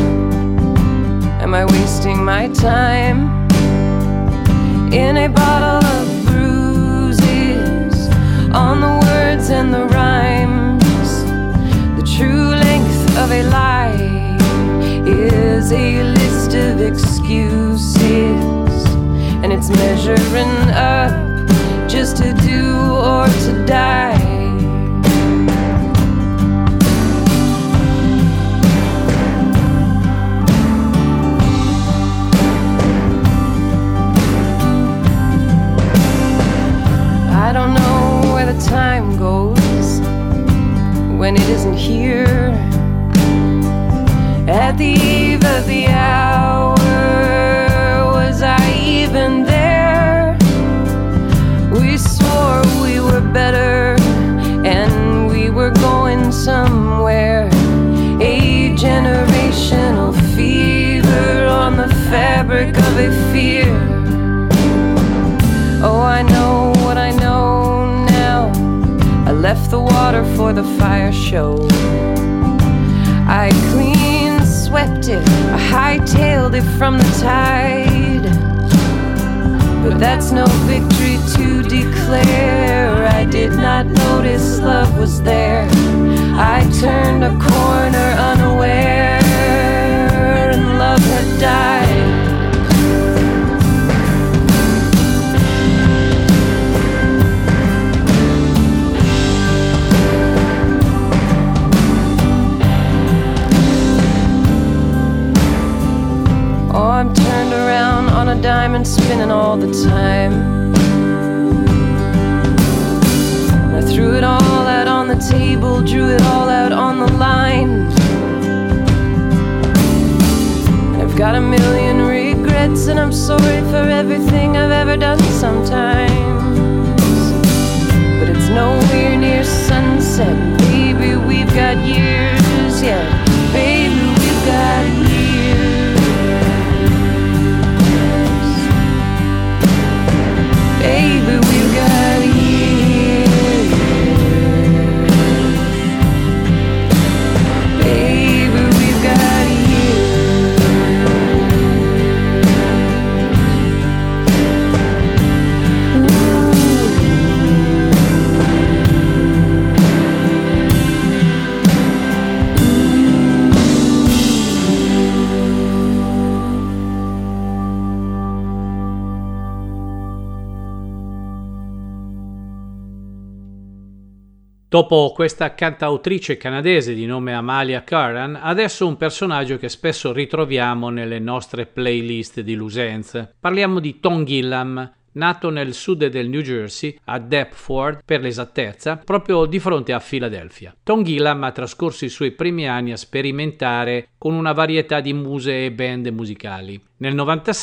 Am I wasting my time in a bottle of bruises on the words and the rhymes? The true length of a lie is a list of excuses, and it's measuring up just to do or to die. I don't know where the time goes when it isn't here. At the eve of the hour, was I even there? We swore we were better and we were going somewhere. A generational fever on the fabric of a fear. Oh, I know what I know now. I left the water for the fire show. I clean swept it, I hightailed it from the tide. But that's no victory to declare. I did not notice love was there. I turned a corner unaware, and love had died. diamond spinning all the time. I threw it all out on the table, drew it all out on the line. I've got a million regrets and I'm sorry for everything I've ever done sometimes. But it's nowhere near sunset, baby, we've got years yet. Baby, we've got years. Baby, we've got years. Baby, we've got years. Dopo questa cantautrice canadese di nome Amalia Curran, adesso un personaggio che spesso ritroviamo nelle nostre playlist di Lusenz. Parliamo di Tom Gillam, nato nel sud del New Jersey, a Deptford per l'esattezza, proprio di fronte a Filadelfia. Tom Gillam ha trascorso i suoi primi anni a sperimentare con una varietà di muse e band musicali. Nel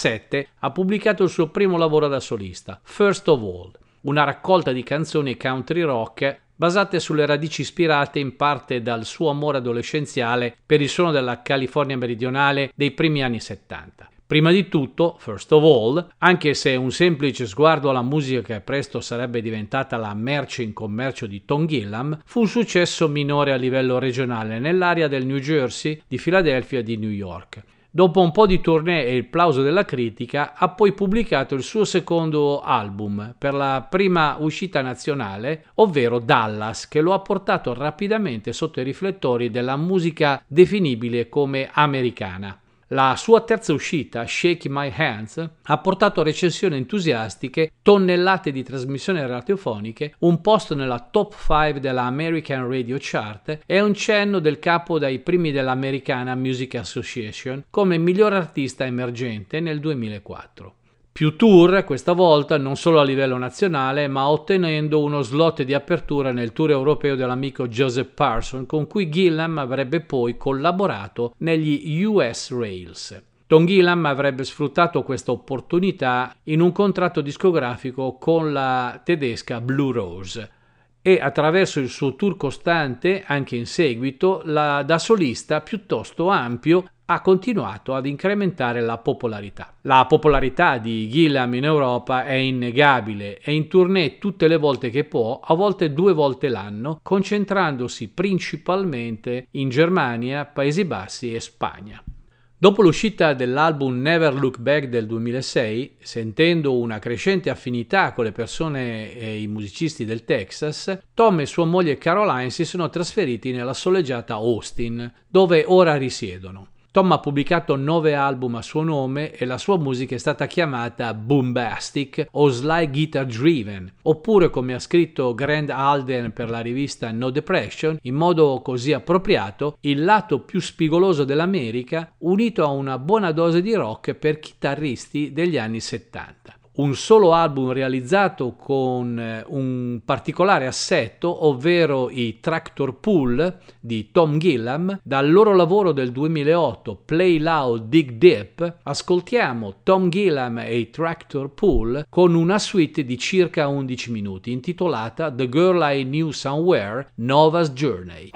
97 ha pubblicato il suo primo lavoro da solista, First of All, una raccolta di canzoni country rock basate sulle radici ispirate in parte dal suo amore adolescenziale per il suono della California meridionale dei primi anni 70. Prima di tutto, First of All, anche se un semplice sguardo alla musica che presto sarebbe diventata la merce in commercio di Tom Gillam, fu un successo minore a livello regionale nell'area del New Jersey, di Philadelphia e di New York. Dopo un po' di tournée e il plauso della critica, ha poi pubblicato il suo secondo album per la prima uscita nazionale, ovvero Dallas, che lo ha portato rapidamente sotto i riflettori della musica definibile come americana. La sua terza uscita, Shake My Hands, ha portato recensioni entusiastiche, tonnellate di trasmissioni radiofoniche, un posto nella top 5 della American Radio Chart e un cenno del capo dai primi dell'Americana Music Association come miglior artista emergente nel 2004. Più tour, questa volta non solo a livello nazionale, ma ottenendo uno slot di apertura nel tour europeo dell'amico Joseph Parson, con cui Gillam avrebbe poi collaborato negli US Rails. Tom Gillam avrebbe sfruttato questa opportunità in un contratto discografico con la tedesca Blue Rose e attraverso il suo tour costante, anche in seguito, da solista piuttosto ampio, ha continuato ad incrementare la popolarità. La popolarità di Gillam in Europa è innegabile e in tournée tutte le volte che può, a volte 2 volte l'anno, concentrandosi principalmente in Germania, Paesi Bassi e Spagna. Dopo l'uscita dell'album Never Look Back del 2006, sentendo una crescente affinità con le persone e i musicisti del Texas, Tom e sua moglie Caroline si sono trasferiti nella soleggiata Austin, dove ora risiedono. Tom ha pubblicato 9 album a suo nome e la sua musica è stata chiamata boombastic o sly guitar driven, oppure, come ha scritto Grant Alden per la rivista No Depression, in modo così appropriato, il lato più spigoloso dell'America unito a una buona dose di rock per chitarristi degli anni 70. Un solo album realizzato con un particolare assetto, ovvero i Tractor Pull di Tom Gillam. Dal loro lavoro del 2008, Play Loud Dig Deep, ascoltiamo Tom Gillam e i Tractor Pull con una suite di circa 11 minuti intitolata The Girl I Knew Somewhere, Nova's Journey.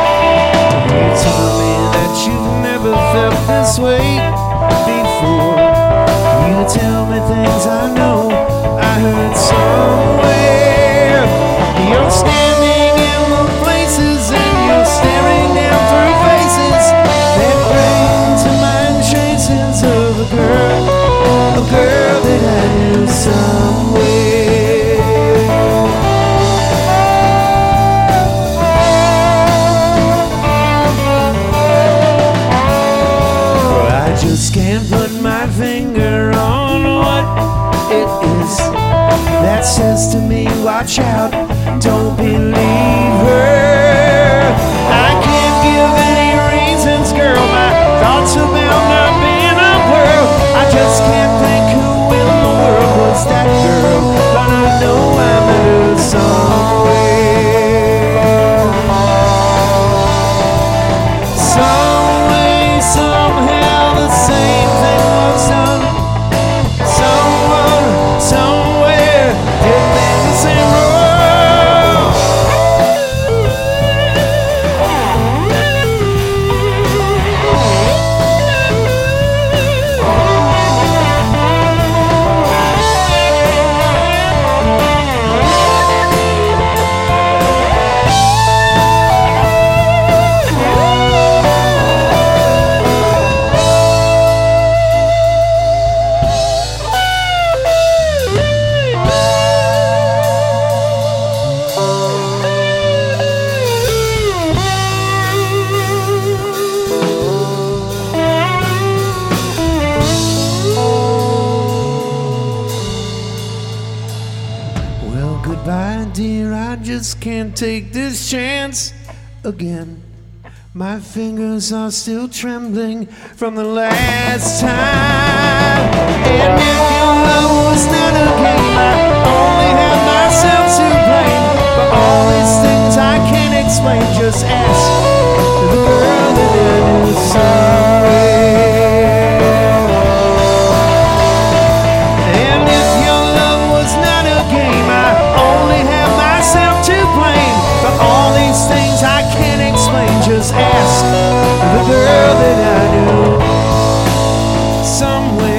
This way before. says to me, watch out, don't believe her. I can't give any reasons, girl, my thoughts about not being a world. I just can't think who in the world was that girl, but I know I met her somewhere. Some way, somehow, the same thing was done. Someone, somewhere, it made the same road. Well, goodbye, dear, I just can't take this chance again. My fingers are still trembling from the last time. And if your love was not a game, I only have myself to blame for all these things I can't explain. Just ask the girl that I knew somewhere. And if your love was not a game, I only have myself to blame for all these things I can't explain. Just ask the girl that I knew somewhere.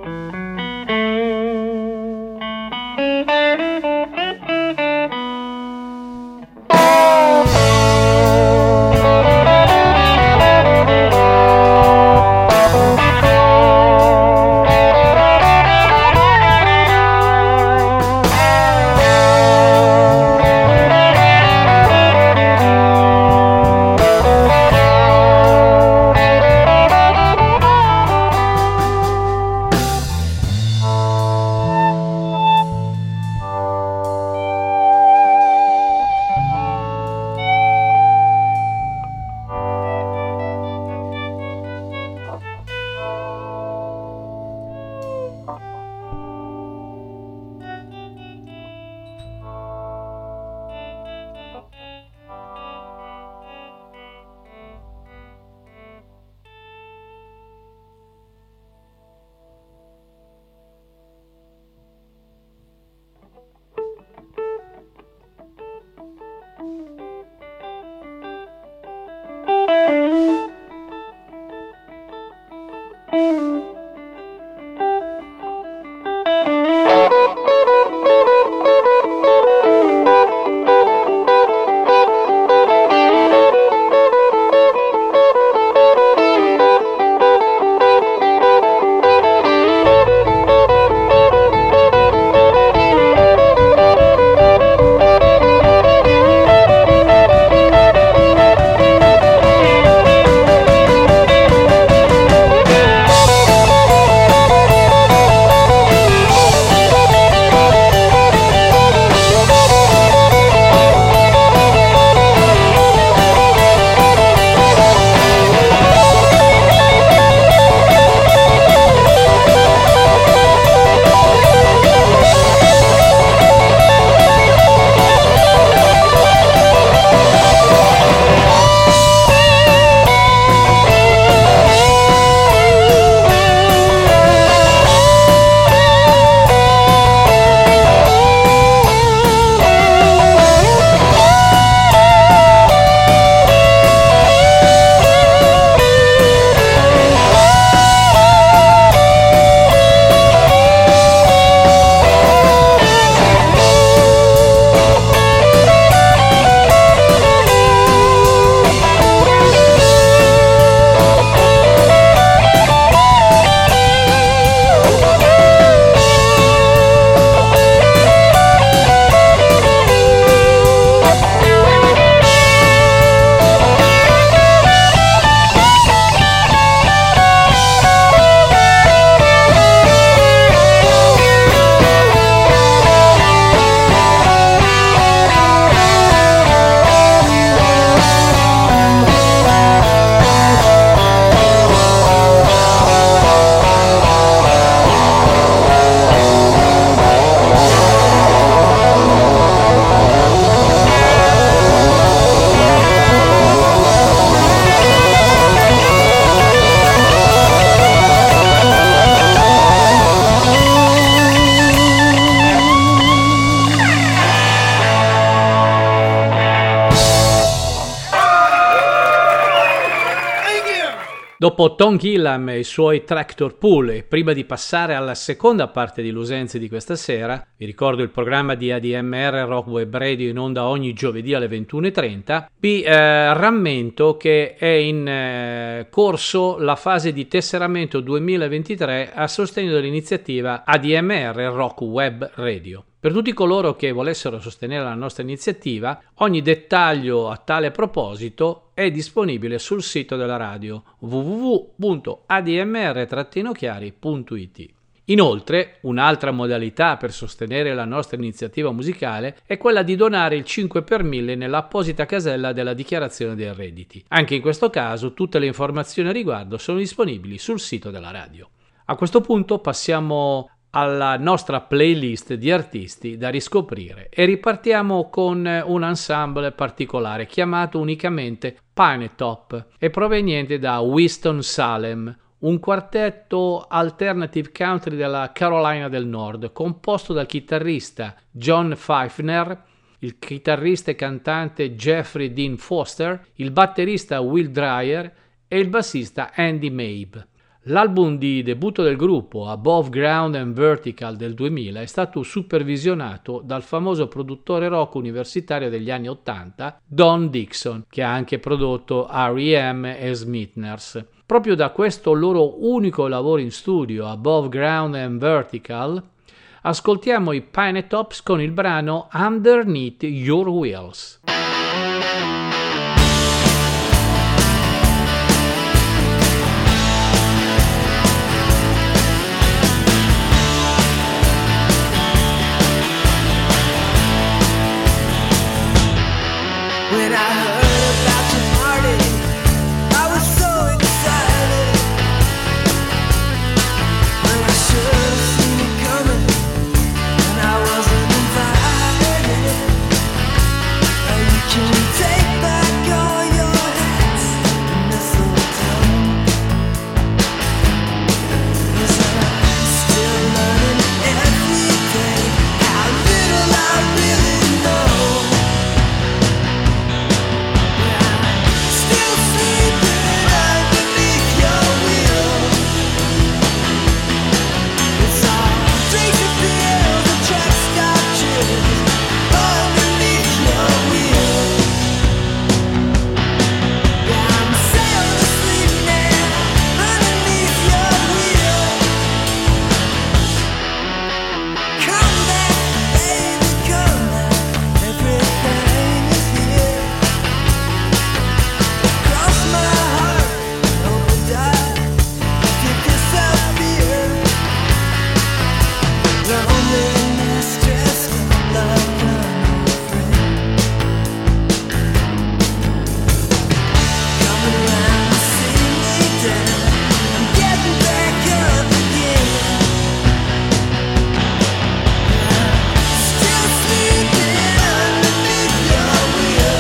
Dopo Tom Gillam e i suoi Tractor Pull, e prima di passare alla seconda parte di Lusenzi di questa sera, vi ricordo il programma di ADMR Rock Web Radio in onda ogni giovedì alle 21:30, vi rammento che è in corso la fase di tesseramento 2023 a sostegno dell'iniziativa ADMR Rock Web Radio. Per tutti coloro che volessero sostenere la nostra iniziativa, ogni dettaglio a tale proposito è disponibile sul sito della radio www.admr-chiari.it. Inoltre, un'altra modalità per sostenere la nostra iniziativa musicale è quella di donare il 5 per 1000 nell'apposita casella della dichiarazione dei redditi. Anche in questo caso tutte le informazioni a riguardo sono disponibili sul sito della radio. A questo punto passiamo alla nostra playlist di artisti da riscoprire e ripartiamo con un ensemble particolare chiamato unicamente Pinetop e proveniente da Winston-Salem, un quartetto alternative country della Carolina del Nord composto dal chitarrista John Pfeiffer, il chitarrista e cantante Jeffrey Dean Foster, il batterista Will Dreyer e il bassista Andy Mabe. L'album di debutto del gruppo, Above Ground and Vertical del 2000, è stato supervisionato dal famoso produttore rock universitario degli anni 80, Don Dixon, che ha anche prodotto R.E.M. e Smithers. Proprio da questo loro unico lavoro in studio, Above Ground and Vertical, ascoltiamo i Pinetops con il brano Underneath Your Wheels. When I heard about your party, I was so excited. Well, I should have seen it coming, and I wasn't invited. Now you can take back all your hats and mistletoe. 'Cause I'm still learning every day how little I really know. Still sleeping underneath your wheel. It's all Tracy Fields and truck stop chills underneath your wheel. Yeah, I'm sound asleep now underneath your wheel. Come back, baby, come back. Everything is here. Cross my heart, hope to die. Did disappear. Loneliness dressed up like an old friend. Coming around to see me down. I'm getting back up again. Still sleeping underneath your wheel.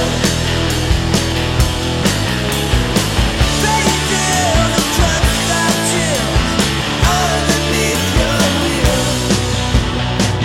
Baby, the truck stop chills underneath your wheel.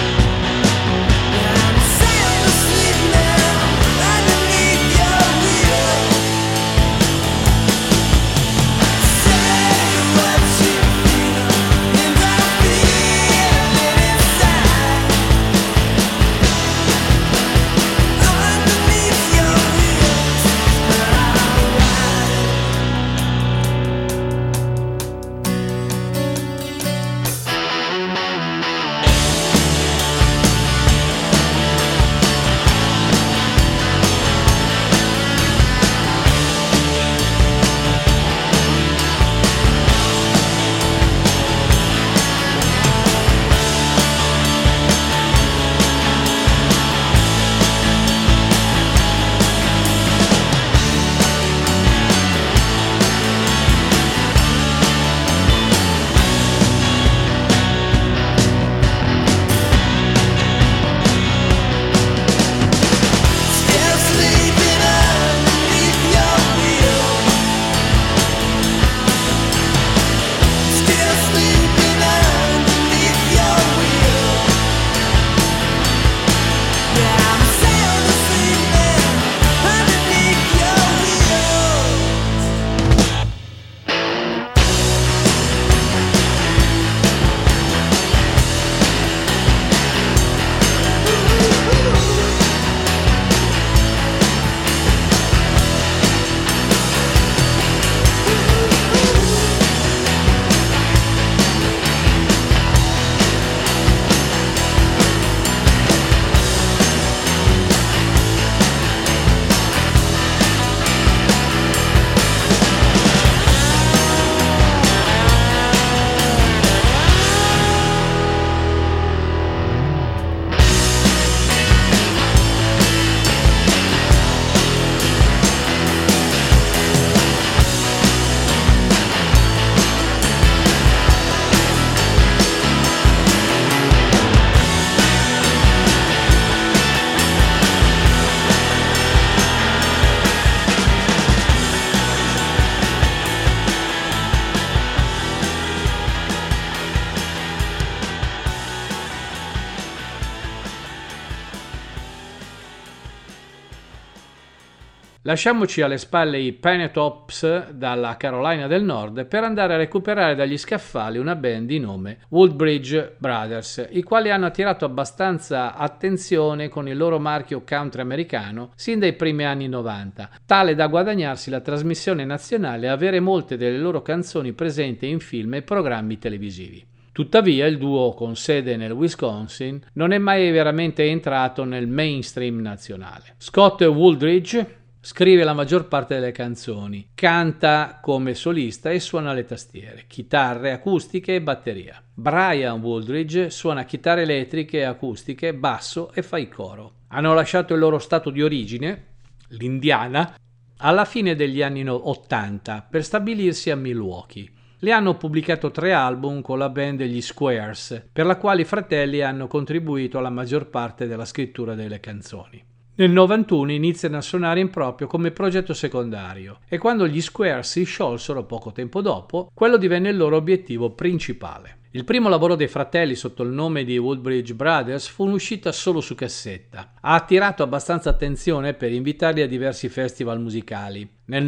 Lasciamoci alle spalle i Penetops dalla Carolina del Nord per andare a recuperare dagli scaffali una band di nome Woodbridge Brothers, i quali hanno attirato abbastanza attenzione con il loro marchio country americano sin dai primi anni 90, tale da guadagnarsi la trasmissione nazionale e avere molte delle loro canzoni presenti in film e programmi televisivi. Tuttavia il duo, con sede nel Wisconsin, non è mai veramente entrato nel mainstream nazionale. Scott Woodridge scrive la maggior parte delle canzoni, canta come solista e suona le tastiere, chitarre acustiche e batteria. Brian Woodridge suona chitarre elettriche e acustiche, basso e fa il coro. Hanno lasciato il loro stato di origine, l'Indiana, alla fine degli anni 80 per stabilirsi a Milwaukee. Le hanno pubblicato 3 album con la band degli Squares, per la quale i fratelli hanno contribuito alla maggior parte della scrittura delle canzoni. Nel 91 iniziano a suonare in proprio come progetto secondario e quando gli Squares si sciolsero poco tempo dopo, quello divenne il loro obiettivo principale. Il primo lavoro dei fratelli sotto il nome di Woodbridge Brothers fu un'uscita solo su cassetta. Ha attirato abbastanza attenzione per invitarli a diversi festival musicali.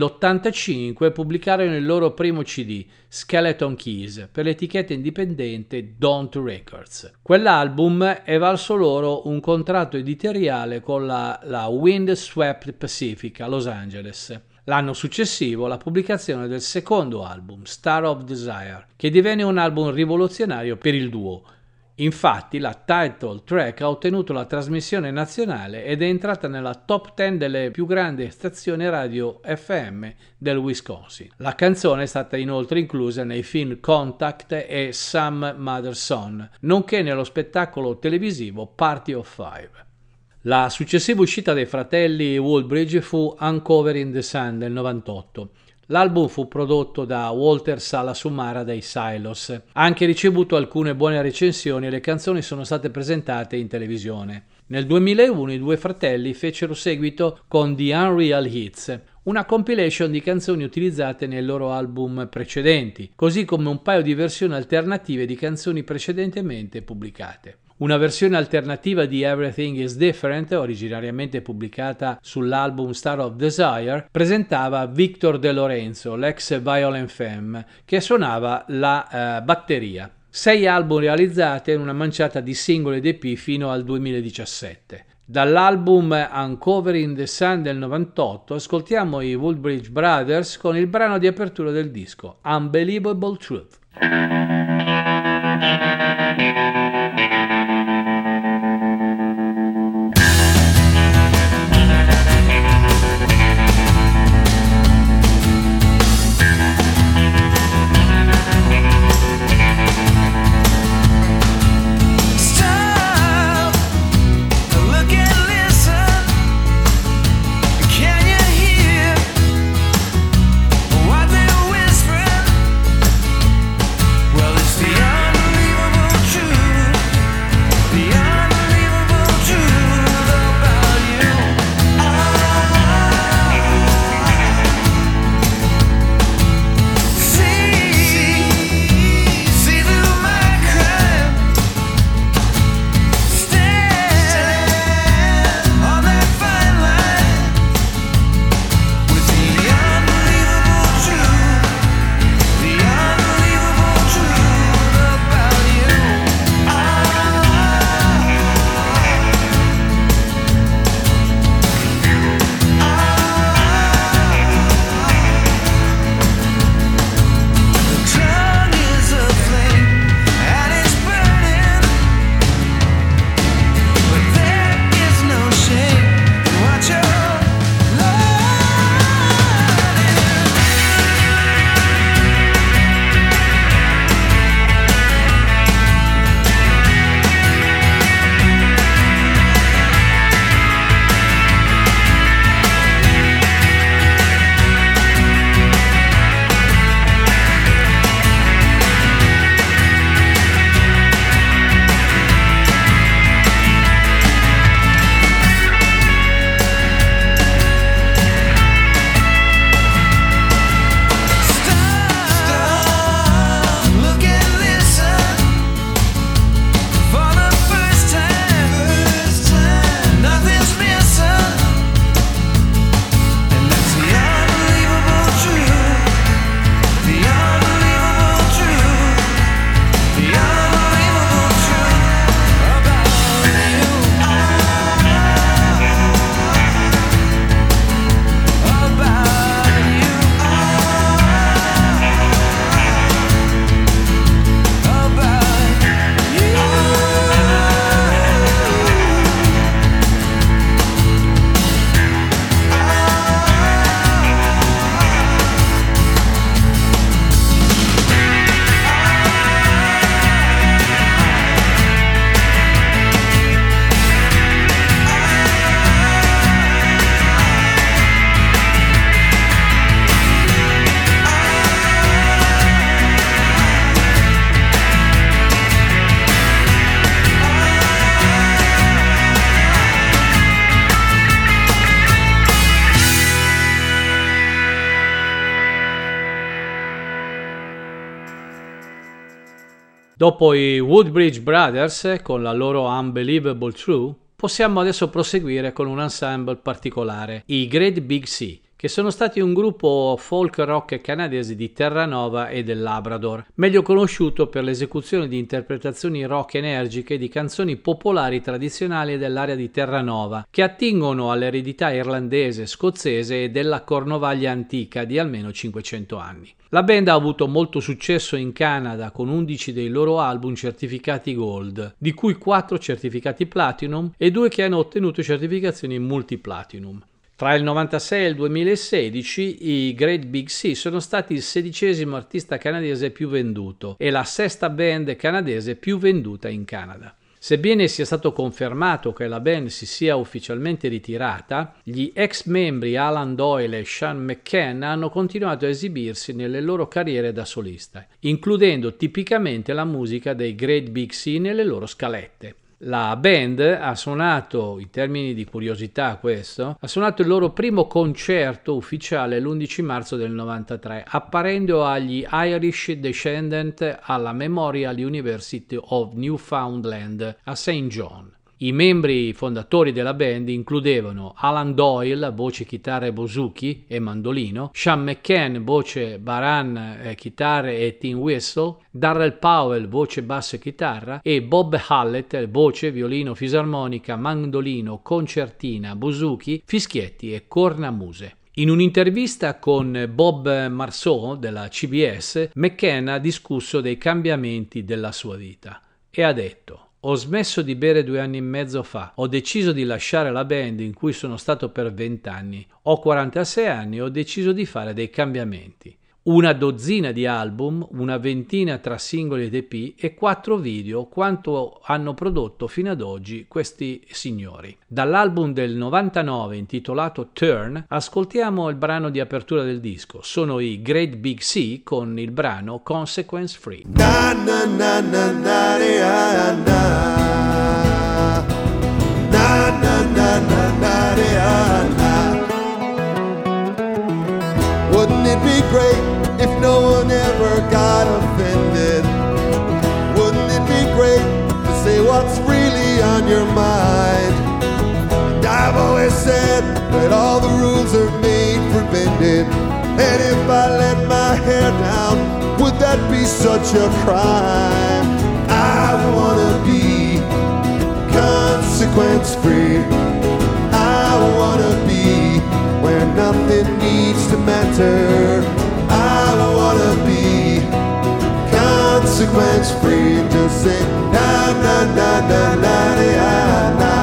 Nell'85 pubblicarono il loro primo CD, Skeleton Keys, per l'etichetta indipendente Don't Records. Quell'album è valso loro un contratto editoriale con la Windswept Pacific a Los Angeles. L'anno successivo la pubblicazione del secondo album, Star of Desire, che divenne un album rivoluzionario per il duo. Infatti la title track ha ottenuto la trasmissione nazionale ed è entrata nella top 10 delle più grandi stazioni radio FM del Wisconsin. La canzone è stata inoltre inclusa nei film Contact e Some Mother Son, nonché nello spettacolo televisivo Party of Five. La successiva uscita dei fratelli Woodbridge fu Uncovering the Sun del 98. L'album fu prodotto da Walter Salasumara dei Silos. Ha anche ricevuto alcune buone recensioni e le canzoni sono state presentate in televisione. Nel 2001 i due fratelli fecero seguito con The Unreal Hits, una compilation di canzoni utilizzate nei loro album precedenti, così come un paio di versioni alternative di canzoni precedentemente pubblicate. Una versione alternativa di Everything is Different, originariamente pubblicata sull'album Star of Desire, presentava Victor De Lorenzo, l'ex Violent Femme, che suonava la batteria. 6 album realizzati e una manciata di singoli ed EP fino al 2017. Dall'album Uncovering the Sun del 98 ascoltiamo i Woodbridge Brothers con il brano di apertura del disco, Unbelievable Truth. Well, it's the unbelievable Dopo i Woodbridge Brothers con la loro Unbelievable True, possiamo adesso proseguire con un ensemble particolare, i Great Big Sea, che sono stati un gruppo folk rock canadese di Terranova e del Labrador, meglio conosciuto per l'esecuzione di interpretazioni rock energiche di canzoni popolari tradizionali dell'area di Terranova, che attingono all'eredità irlandese, scozzese e della Cornovaglia antica di almeno 500 anni. La band ha avuto molto successo in Canada con 11 dei loro album certificati Gold, di cui 4 certificati Platinum e 2 che hanno ottenuto certificazioni Multiplatinum. Tra il 96 e il 2016 i Great Big Sea sono stati il 16° artista canadese più venduto e la 6ª band canadese più venduta in Canada. Sebbene sia stato confermato che la band si sia ufficialmente ritirata, gli ex membri Alan Doyle e Sean McCann hanno continuato a esibirsi nelle loro carriere da solista, includendo tipicamente la musica dei Great Big Sea nelle loro scalette. La band ha suonato, in termini di curiosità ha suonato il loro primo concerto ufficiale l'11 marzo del 93, apparendo agli Irish Descendant alla Memorial University of Newfoundland a St. John. I membri fondatori della band includevano Alan Doyle, voce, chitarra e bouzouki e mandolino, Sean McCann, voce, baran, chitarre e tin whistle, Darrell Powell, voce, basso e chitarra, e Bob Hallett, voce, violino, fisarmonica, mandolino, concertina, bouzouki, fischietti e cornamuse. In un'intervista con Bob Marceau della CBS, McCann ha discusso dei cambiamenti della sua vita e ha detto: "Ho smesso di bere 2 anni e mezzo fa, ho deciso di lasciare la band in cui sono stato per 20 anni, ho 46 anni e ho deciso di fare dei cambiamenti. Una dozzina di album, una ventina tra singoli ed EP e 4 video, quanto hanno prodotto fino ad oggi questi signori." Dall'album del 99 intitolato Turn ascoltiamo il brano di apertura del disco. Sono i Great Big Sea con il brano Consequence Free. Na na na na na na na na na na na na. Wouldn't it be great if no one ever got offended? Wouldn't it be great to say what's really on your mind? And I've always said that all the rules are made for bending, and if I let my hair down, would that be such a crime? I wanna be consequence free. I wanna be where nothing needs to matter. I wanna be consequence free. Just say na na na na na na na.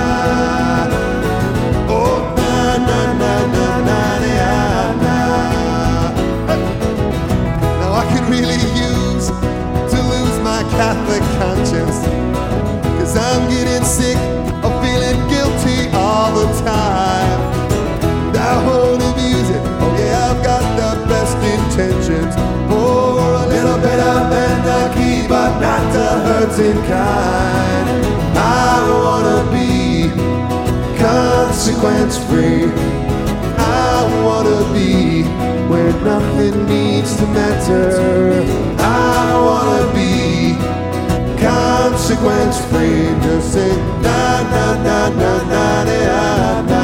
Oh na na na na na na na. Now I could really use to lose my Catholic conscience, 'cause I'm getting sick of feeling guilty all the time. I wanna use it, oh yeah, I've got the best intentions for a little bit of anarchy, but not the hurting kind. I wanna be consequence free. I wanna be where nothing needs to matter. I wanna be consequence free. Just say na na na na na na na.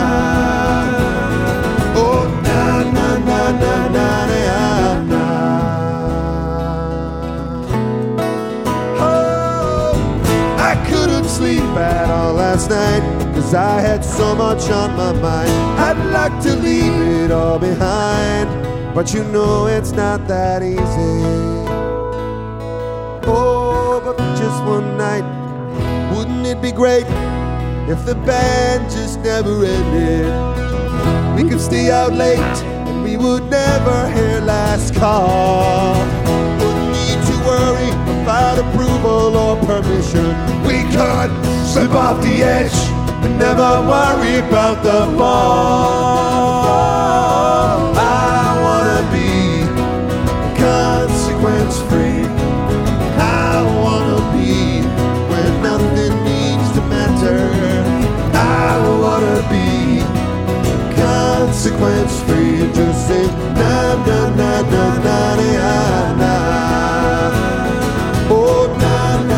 Sleep at all last night, 'cause I had so much on my mind. I'd like to leave it all behind, but you know it's not that easy. Oh, but for just one night, wouldn't it be great if the band just never ended? We could stay out late and we would never hear last call. Wouldn't need to worry about approval or permission. We could slip off the edge and never worry about the ball. I wanna be consequence free. I wanna be where nothing needs to matter. I wanna be consequence free. Just say na na na na na na na. Oh na na.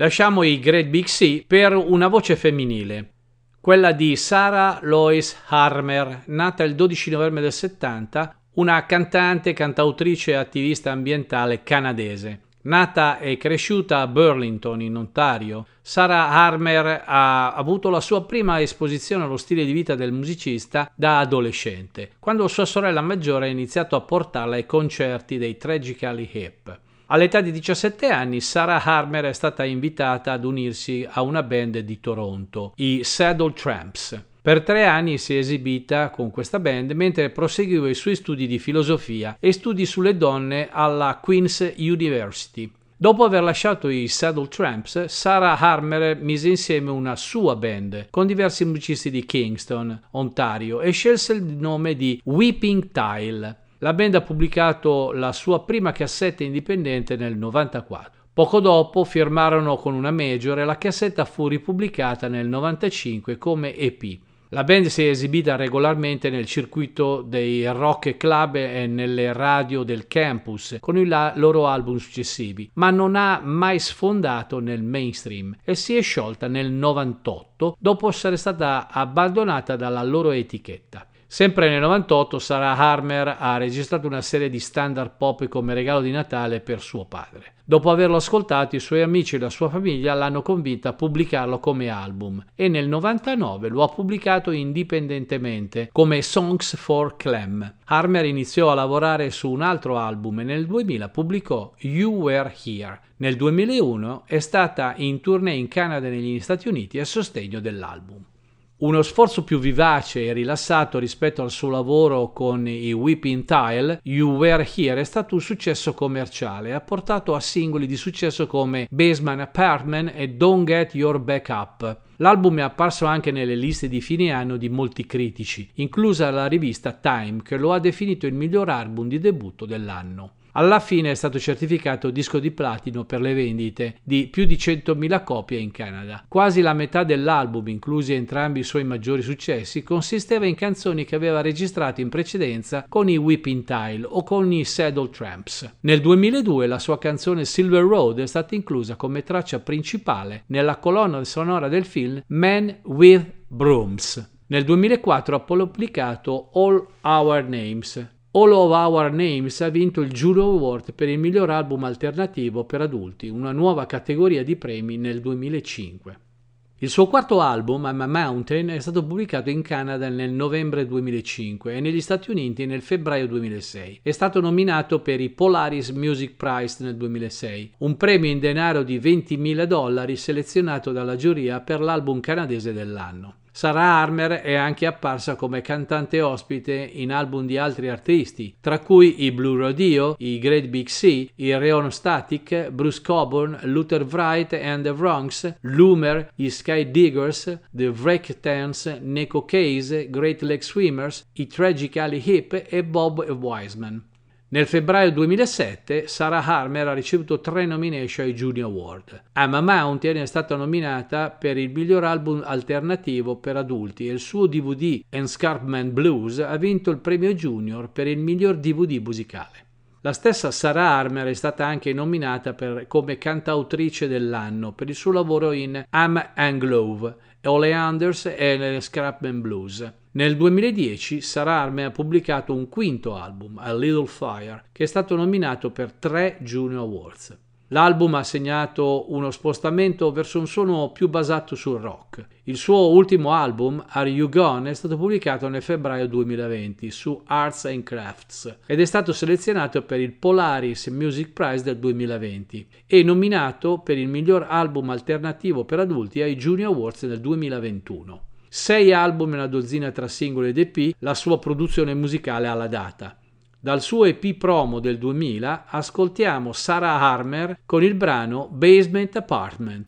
Lasciamo i Great Big Sea per una voce femminile, quella di Sarah Lois Harmer, nata il 12 novembre del 70, una cantante, cantautrice e attivista ambientale canadese. Nata e cresciuta a Burlington, in Ontario, Sarah Harmer ha avuto la sua prima esposizione allo stile di vita del musicista da adolescente, quando sua sorella maggiore ha iniziato a portarla ai concerti dei Tragically Hip. All'età di 17 anni, Sarah Harmer è stata invitata ad unirsi a una band di Toronto, i Saddle Tramps. Per 3 anni si è esibita con questa band mentre proseguiva i suoi studi di filosofia e studi sulle donne alla Queen's University. Dopo aver lasciato i Saddle Tramps, Sarah Harmer mise insieme una sua band con diversi musicisti di Kingston, Ontario, e scelse il nome di Weeping Tile. La band ha pubblicato la sua prima cassetta indipendente nel 1994. Poco dopo firmarono con una major e la cassetta fu ripubblicata nel 1995 come EP. La band si è esibita regolarmente nel circuito dei rock club e nelle radio del campus con i loro album successivi, ma non ha mai sfondato nel mainstream e si è sciolta nel 1998 dopo essere stata abbandonata dalla loro etichetta. Sempre nel 1998 Sarah Harmer ha registrato una serie di standard pop come regalo di Natale per suo padre. Dopo averlo ascoltato, i suoi amici e la sua famiglia l'hanno convinta a pubblicarlo come album e nel 1999 lo ha pubblicato indipendentemente come Songs for Clem. Harmer iniziò a lavorare su un altro album e nel 2000 pubblicò You Were Here. Nel 2001 è stata in tournée in Canada e negli Stati Uniti a sostegno dell'album. Uno sforzo più vivace e rilassato rispetto al suo lavoro con i Weeping Tile, You Were Here è stato un successo commerciale e ha portato a singoli di successo come Basement Apartment e Don't Get Your Back Up. L'album è apparso anche nelle liste di fine anno di molti critici, inclusa la rivista Time, che lo ha definito il miglior album di debutto dell'anno. Alla fine è stato certificato disco di platino per le vendite di più di 100.000 copie in Canada. Quasi la metà dell'album, inclusi entrambi i suoi maggiori successi, consisteva in canzoni che aveva registrato in precedenza con i Weeping Tile o con i Saddle Tramps. Nel 2002 la sua canzone Silver Road è stata inclusa come traccia principale nella colonna sonora del film Men with Brooms. Nel 2004 ha pubblicato All Our Names. All of Our Names ha vinto il Juno Award per il miglior album alternativo per adulti, una nuova categoria di premi nel 2005. Il suo quarto album, I'm a Mountain, è stato pubblicato in Canada nel novembre 2005 e negli Stati Uniti nel febbraio 2006. È stato nominato per i Polaris Music Prize nel 2006, un premio in denaro di $20.000 selezionato dalla giuria per l'album canadese dell'anno. Sarah Harmer è anche apparsa come cantante ospite in album di altri artisti, tra cui i Blue Rodeo, i Great Big Sea, i Rheon Static, Bruce Cockburn, Luther Wright and the Bronx, Loomer, i Sky Diggers, The Breakdance, Neko Case, Great Lake Swimmers, i Tragically Hip e Bob Wiseman. Nel febbraio 2007 Sarah Harmer ha ricevuto 3 nomination ai Juno Award. I'm a Mountain è stata nominata per il miglior album alternativo per adulti e il suo DVD Escarpment Blues ha vinto il premio Junior per il miglior DVD musicale. La stessa Sarah Harmer è stata anche nominata come cantautrice dell'anno per il suo lavoro in I'm and Glove, Ole Anders e l'Escarpment Blues. Nel 2010 Sarah Harmer ha pubblicato un quinto album, A Little Fire, che è stato nominato per 3 Juno Awards. L'album ha segnato uno spostamento verso un suono più basato sul rock. Il suo ultimo album, Are You Gone, è stato pubblicato nel febbraio 2020 su Arts and Crafts ed è stato selezionato per il Polaris Music Prize del 2020 e nominato per il miglior album alternativo per adulti ai Juno Awards del 2021. 6 album e una dozzina tra singoli ed EP, la sua produzione musicale alla data. Dal suo EP promo del 2000 ascoltiamo Sarah Harmer con il brano Basement Apartment.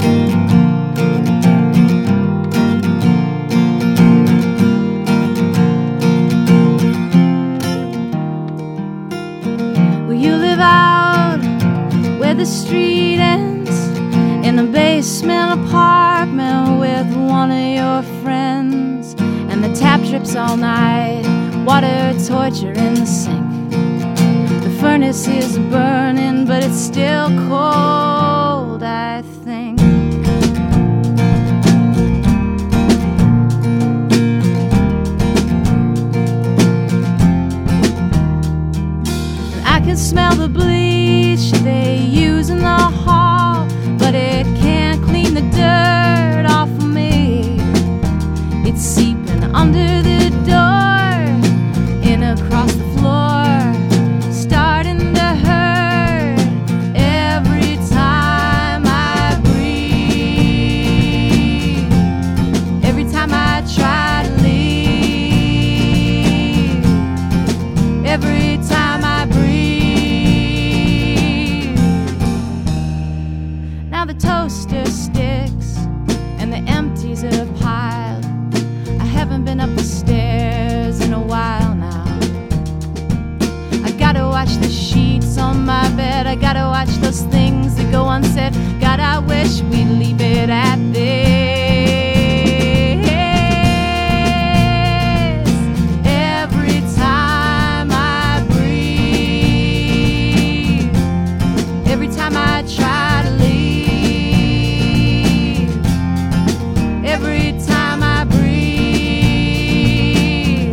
Will you live out where the street ends? In a basement apartment with one of your friends, and the tap drips all night, water torture in the sink. The furnace is burning, but it's still cold, I think. light seeping under the door, in across the floor, starting to hurt every time I breathe, every time I try to leave, every time I breathe. Now the toaster sticks and the empties have piled. I haven't been up the stairs in a while now. I gotta watch the sheets on my bed. I gotta watch those things that go unsaid. God, I wish we'd leave it at this. Every time I breathe, every time I try to leave, every time I breathe.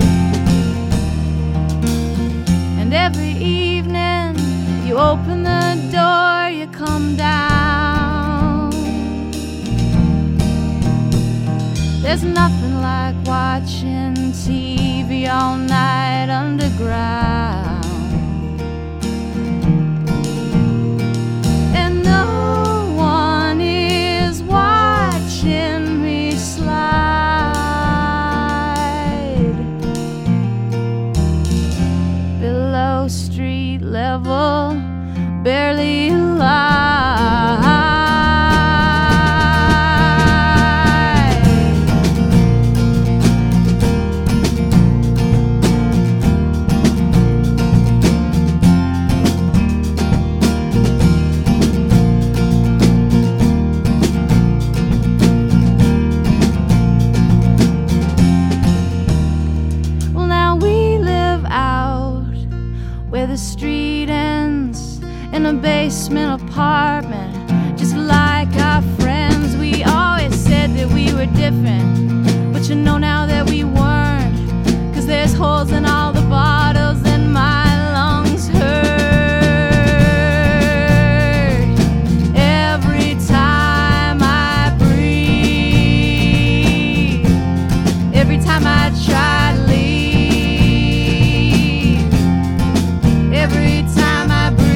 And every evening you open the door, you come down. There's nothing like watching TV all night underground. And no one is watching me slide below street level, barely alive. Well, now we live out where the street ends, in a basement apartment, just like our friends. We always said that we were different, but you know now that we weren't, 'cause there's holes in all the bottles and my lungs hurt every time I breathe, every time I try to leave, every time I breathe.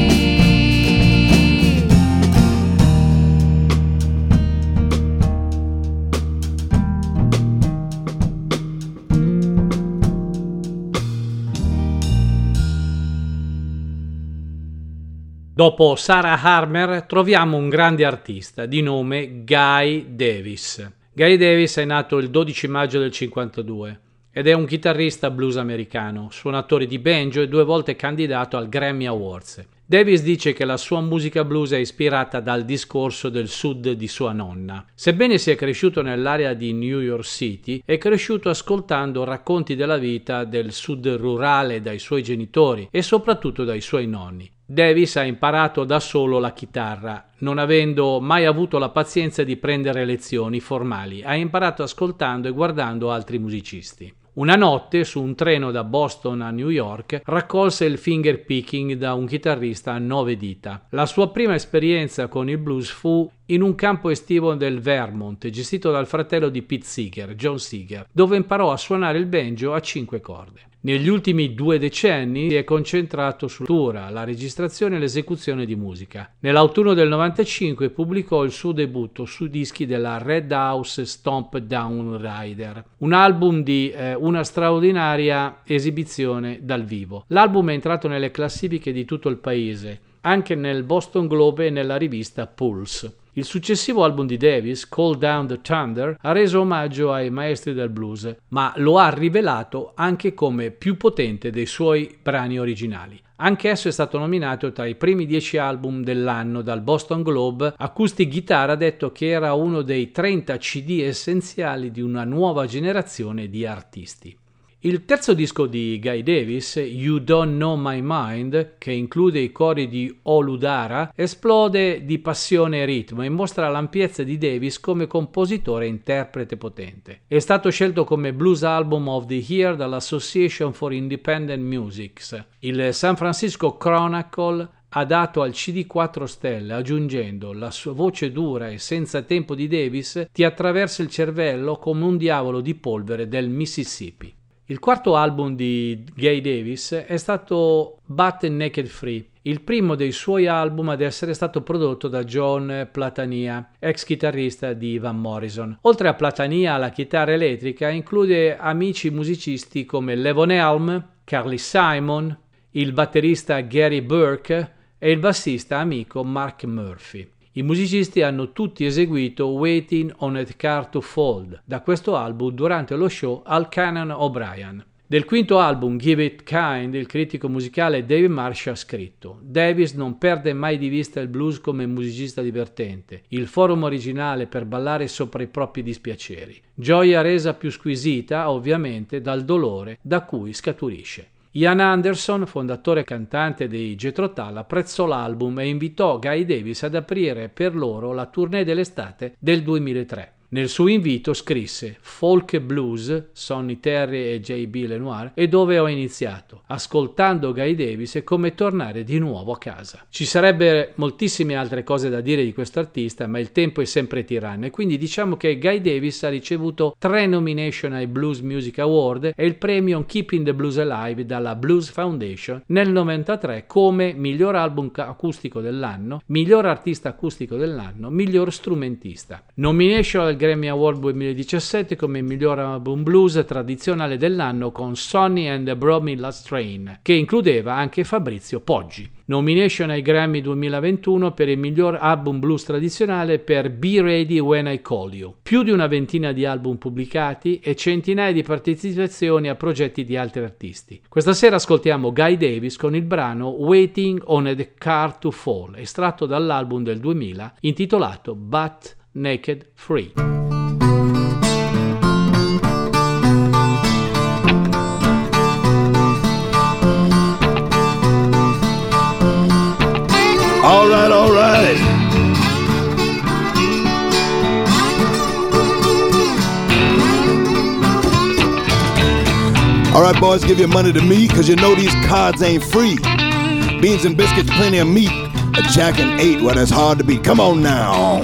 Dopo Sarah Harmer troviamo un grande artista di nome Guy Davis. Guy Davis è nato il 12 maggio del 52 ed è un chitarrista blues americano, suonatore di banjo e 2 volte candidato al Grammy Awards. Davis dice che la sua musica blues è ispirata dal discorso del sud di sua nonna. Sebbene sia cresciuto nell'area di New York City, è cresciuto ascoltando racconti della vita del sud rurale dai suoi genitori e soprattutto dai suoi nonni. Davis ha imparato da solo la chitarra, non avendo mai avuto la pazienza di prendere lezioni formali. Ha imparato ascoltando e guardando altri musicisti. Una notte, su un treno da Boston a New York, raccolse il finger picking da un chitarrista a 9 dita. La sua prima esperienza con il blues fu in un campo estivo del Vermont, gestito dal fratello di Pete Seeger, John Seeger, dove imparò a suonare il banjo a 5 corde. Negli ultimi 2 decenni si è concentrato sulla lettura, la registrazione e l'esecuzione di musica. Nell'autunno del 95 pubblicò il suo debutto su dischi della Red House Stomp Down Rider, un album di una straordinaria esibizione dal vivo. L'album è entrato nelle classifiche di tutto il paese, anche nel Boston Globe e nella rivista Pulse. Il successivo album di Davis, Call Down the Thunder, ha reso omaggio ai maestri del blues, ma lo ha rivelato anche come più potente dei suoi brani originali. Anch'esso è stato nominato tra i primi 10 album dell'anno dal Boston Globe. Acoustic Guitar ha detto che era uno dei 30 CD essenziali di una nuova generazione di artisti. Il terzo disco di Guy Davis, You Don't Know My Mind, che include i cori di Olu Dara, esplode di passione e ritmo e mostra l'ampiezza di Davis come compositore e interprete potente. È stato scelto come Blues Album of the Year dall'Association for Independent Music. Il San Francisco Chronicle ha dato al CD 4 stelle aggiungendo: la sua voce dura e senza tempo di Davis ti attraversa il cervello come un diavolo di polvere del Mississippi. Il quarto album di Guy Davis è stato Butt Naked Free, il primo dei suoi album ad essere stato prodotto da John Platania, ex chitarrista di Van Morrison. Oltre a Platania alla chitarra elettrica, include amici musicisti come Levon Helm, Carly Simon, il batterista Gary Burke e il bassista amico Mark Murphy. I musicisti hanno tutti eseguito Waiting on a Car to Fall da questo album durante lo show al Conan O'Brien. Del quinto album, Give It Kind, il critico musicale David Marsh ha scritto: Davis non perde mai di vista il blues come musicista divertente, il forum originale per ballare sopra i propri dispiaceri. Gioia resa più squisita, ovviamente, dal dolore da cui scaturisce. Ian Anderson, fondatore e cantante dei Jethro Tull, apprezzò l'album e invitò Guy Davis ad aprire per loro la tournée dell'estate del 2003. Nel suo invito scrisse: folk e blues, Sonny Terry e J.B. Lenoir, è dove ho iniziato. Ascoltando Guy Davis è come tornare di nuovo a casa. Ci sarebbe moltissime altre cose da dire di questo artista, ma il tempo è sempre tiranno, e quindi diciamo che Guy Davis ha ricevuto 3 nomination ai Blues Music Award e il premio Keeping the Blues Alive dalla Blues Foundation nel 93 come miglior album acustico dell'anno, miglior artista acustico dell'anno, miglior strumentista. Nomination al Grammy Award 2017 come miglior album blues tradizionale dell'anno con Sonny and the Bromley Last Train, che includeva anche Fabrizio Poggi. Nomination ai Grammy 2021 per il miglior album blues tradizionale per Be Ready When I Call You. Più di una ventina di album pubblicati e centinaia di partecipazioni a progetti di altri artisti. Questa sera ascoltiamo Guy Davis con il brano Waiting on a Car to Fall, estratto dall'album del 2000 intitolato Butt Naked Free. All right, all right. All right, boys, give your money to me, cause you know these cards ain't free. Beans and biscuits, plenty of meat. A Jack and 8, well, that's hard to beat. Come on now.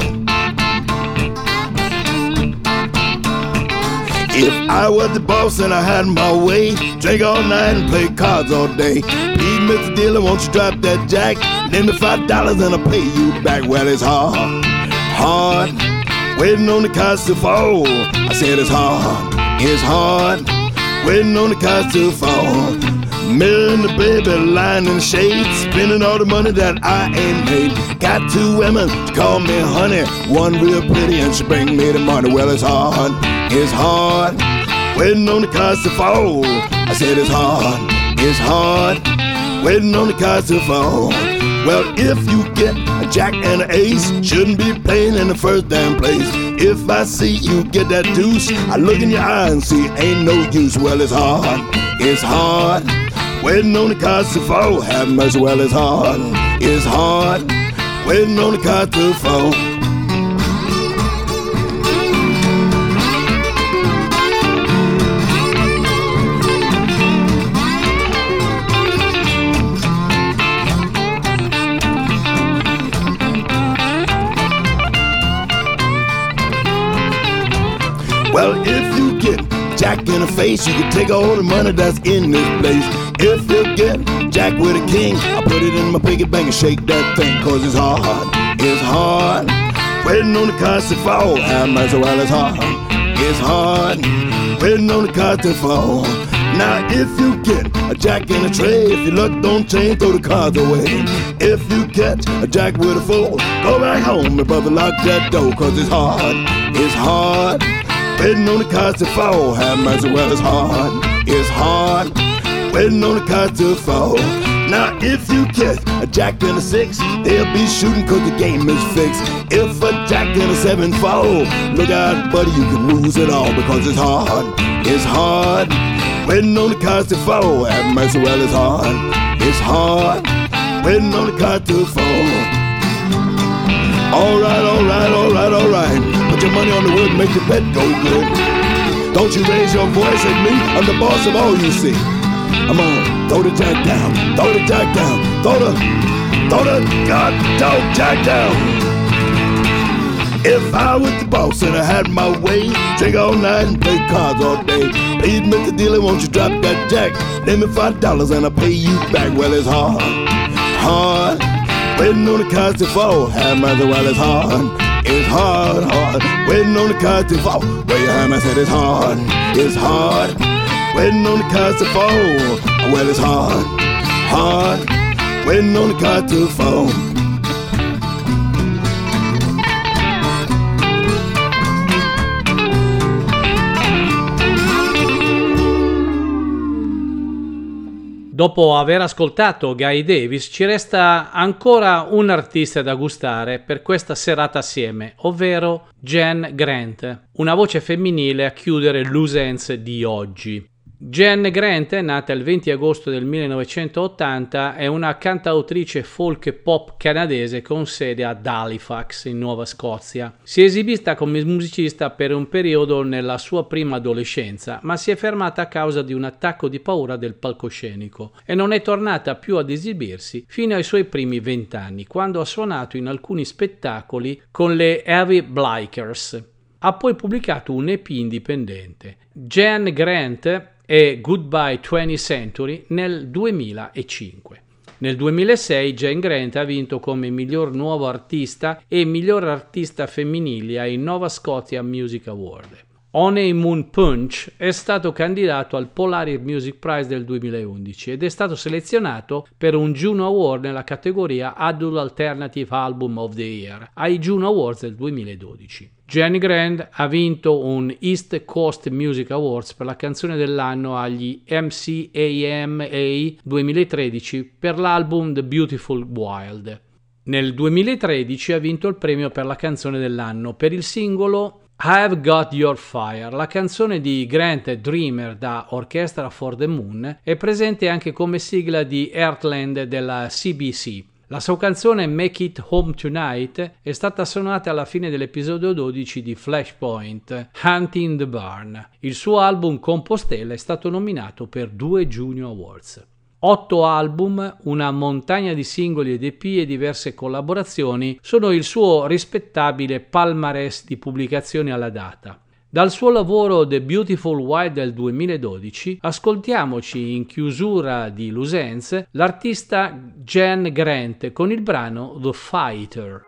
If I was the boss and I had my way, drink all night and play cards all day. Please, Mr. Dealer, won't you drop that jack? Lend me $5 and I'll pay you back. Well, it's hard, hard, waiting on the cards to fall. I said it's hard, waiting on the cards to fall. Mirror and the baby lying in the shade, spending all the money that I ain't made. Got 2 women to call me honey, one real pretty and she bring me the money. Well, it's hard, waiting on the cards to fall. I said it's hard, waiting on the cards to fall. Well, if you get a jack and an ace, shouldn't be playing in the first damn place. If I see you get that deuce, I look in your eye and see ain't no use. Well, it's hard, waiting on the cards to fall. Have mercy, well, it's hard, waiting on the cards to fall. Well, if you get Jack in the face, you can take all the money that's in this place. If you get Jack with a king, I put it in my piggy bank and shake that thing. Cause it's hard, waiting on the cards to fall. Have mercy, well, it's hard, waiting on the cards to fall. Now if you get a jack in a tray, if your luck don't change, throw the cards away. If you catch a jack with a fool, go back home, my brother, lock that door. Cause it's hard, waiting on the cards to fall. Have mercy, well, it's hard, waiting on the cards to fall. Now if you catch a jack and a 6, they'll be shooting cause the game is fixed. If a jack and a 7 fall, look out, buddy, you can lose it all. Because it's hard, waiting on the cards to fall. Have mercy, well, it's hard, waiting on the cards to fall. All right. Put your money on the wood and make the bet go good. Don't you raise your voice at me, I'm the boss of all you see. Come on, throw the jack down, throw the throw the god dog Jack down. If I was the boss and I had my way, drink all night and play cards all day. Please, Mr. Dealer, won't you drop that jack? Lend me $5 and I'll pay you back. Well, it's hard, hard, waiting on the cards to fall. Have my while it's hard. It's hard, hard, waiting on the cards to fall. Well, your hand, I said it's hard, waiting on the cards to fall. Well, it's hard, hard, waiting on the cards to fall. Dopo aver ascoltato Guy Davis, ci resta ancora un artista da gustare per questa serata assieme, ovvero Jan Grant, una voce femminile a chiudere l'usenze di oggi. Jan Grant, nata il 20 agosto del 1980, è una cantautrice folk e pop canadese con sede ad Halifax, in Nuova Scozia. Si è esibita come musicista per un periodo nella sua prima adolescenza, ma si è fermata a causa di un attacco di paura del palcoscenico e non è tornata più ad esibirsi fino ai suoi primi 20 anni, quando ha suonato in alcuni spettacoli con le Heavy Blikers. Ha poi pubblicato un EP indipendente. Jan Grant e Goodbye 20th Century nel 2005. Nel 2006 Jan Grant ha vinto come miglior nuovo artista e miglior artista femminile ai Nova Scotia Music Award. Honeymoon Punch è stato candidato al Polaris Music Prize del 2011 ed è stato selezionato per un Juno Award nella categoria Adult Alternative Album of the Year ai Juno Awards del 2012. Jan Grant ha vinto un East Coast Music Awards per la canzone dell'anno agli MCAMA 2013 per l'album The Beautiful Wild. Nel 2013 ha vinto il premio per la canzone dell'anno per il singolo I've Got Your Fire. La canzone di Grant Dreamer da Orchestra for the Moon è presente anche come sigla di Heartland della CBC. La sua canzone Make It Home Tonight è stata suonata alla fine dell'episodio 12 di Flashpoint, Hunting the Barn. Il suo album Compostela è stato nominato per 2 Juno Awards. 8 album, una montagna di singoli ed EP e diverse collaborazioni sono il suo rispettabile palmarès di pubblicazioni alla data. Dal suo lavoro The Beautiful Wild del 2012 ascoltiamoci in chiusura di Lusenze l'artista Jan Grant con il brano The Fighter.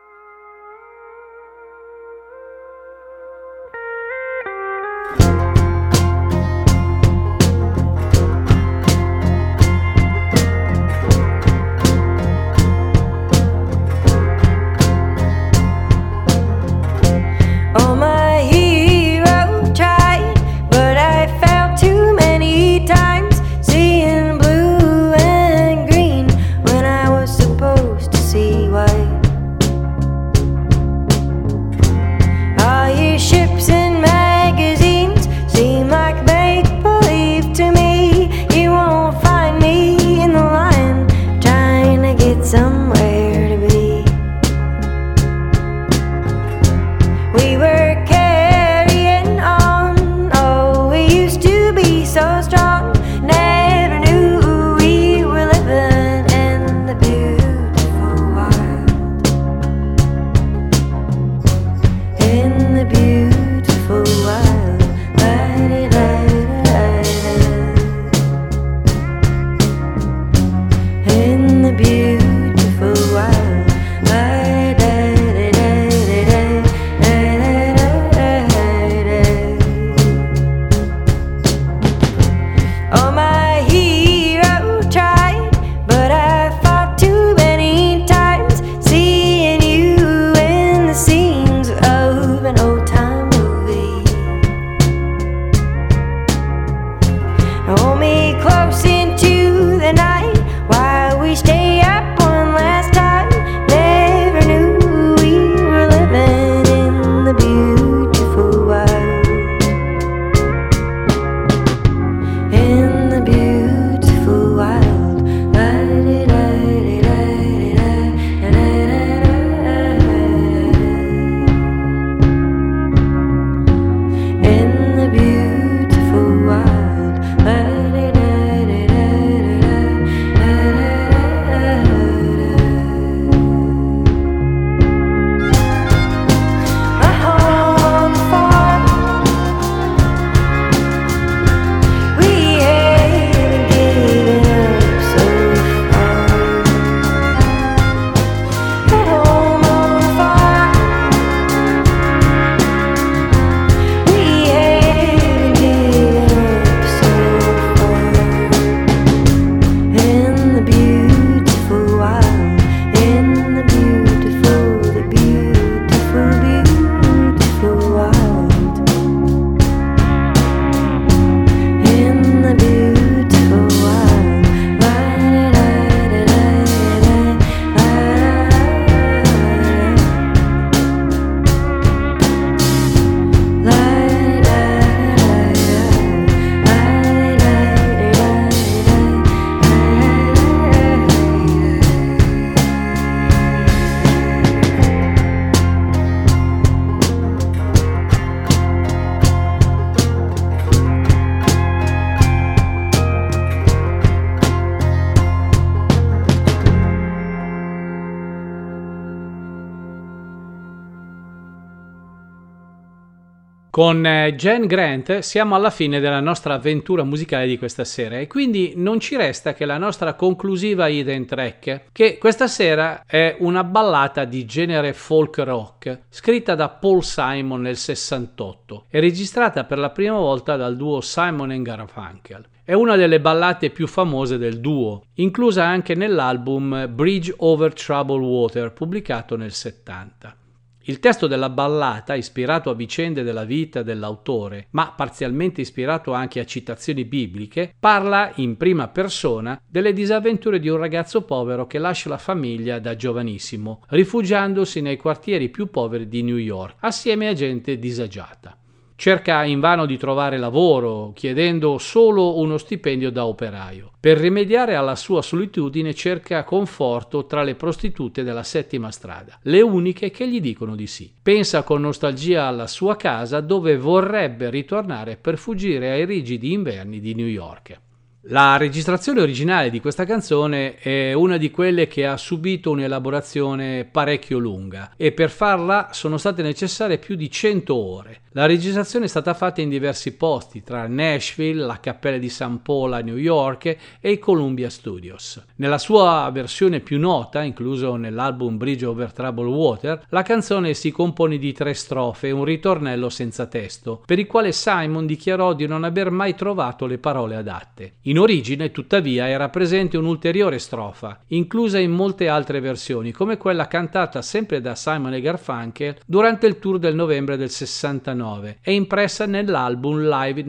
Con Jen Grant siamo alla fine della nostra avventura musicale di questa sera e quindi non ci resta che la nostra conclusiva hidden track, che questa sera è una ballata di genere folk rock scritta da Paul Simon nel 68 e registrata per la prima volta dal duo Simon & Garfunkel. È una delle ballate più famose del duo, inclusa anche nell'album Bridge Over Troubled Water pubblicato nel 70. Il testo della ballata, ispirato a vicende della vita dell'autore, ma parzialmente ispirato anche a citazioni bibliche, parla in prima persona delle disavventure di un ragazzo povero che lascia la famiglia da giovanissimo, rifugiandosi nei quartieri più poveri di New York, assieme a gente disagiata. Cerca invano di trovare lavoro, chiedendo solo uno stipendio da operaio. Per rimediare alla sua solitudine cerca conforto tra le prostitute della Settima Strada, le uniche che gli dicono di sì. Pensa con nostalgia alla sua casa dove vorrebbe ritornare per fuggire ai rigidi inverni di New York. La registrazione originale di questa canzone è una di quelle che ha subito un'elaborazione parecchio lunga e per farla sono state necessarie più di 100 ore. La registrazione è stata fatta in diversi posti, tra Nashville, la Cappella di San Paul a New York e i Columbia Studios. Nella sua versione più nota, incluso nell'album Bridge Over Troubled Water, la canzone si compone di 3 strofe e un ritornello senza testo, per il quale Simon dichiarò di non aver mai trovato le parole adatte. In origine, tuttavia, era presente un'ulteriore strofa, inclusa in molte altre versioni, come quella cantata sempre da Simon & Garfunkel durante il tour del novembre del 69 e impressa nell'album Live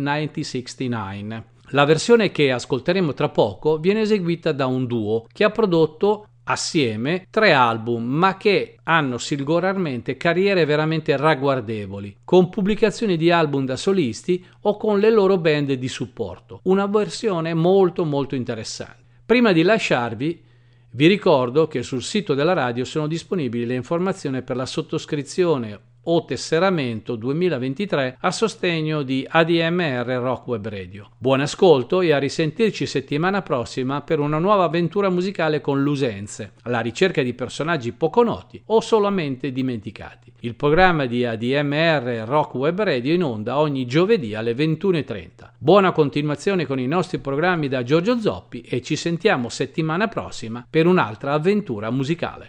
1969. La versione che ascolteremo tra poco viene eseguita da un duo che ha prodotto assieme 3 album, ma che hanno singolarmente carriere veramente ragguardevoli, con pubblicazioni di album da solisti o con le loro band di supporto. Una versione molto interessante. Prima di lasciarvi, vi ricordo che sul sito della radio sono disponibili le informazioni per la sottoscrizione o tesseramento 2023 a sostegno di ADMR Rock Web Radio. Buon ascolto e a risentirci settimana prossima per una nuova avventura musicale con Lusenze, alla ricerca di personaggi poco noti o solamente dimenticati. Il programma di ADMR Rock Web Radio in onda ogni giovedì alle 21:30. Buona continuazione con i nostri programmi da Giorgio Zoppi e ci sentiamo settimana prossima per un'altra avventura musicale.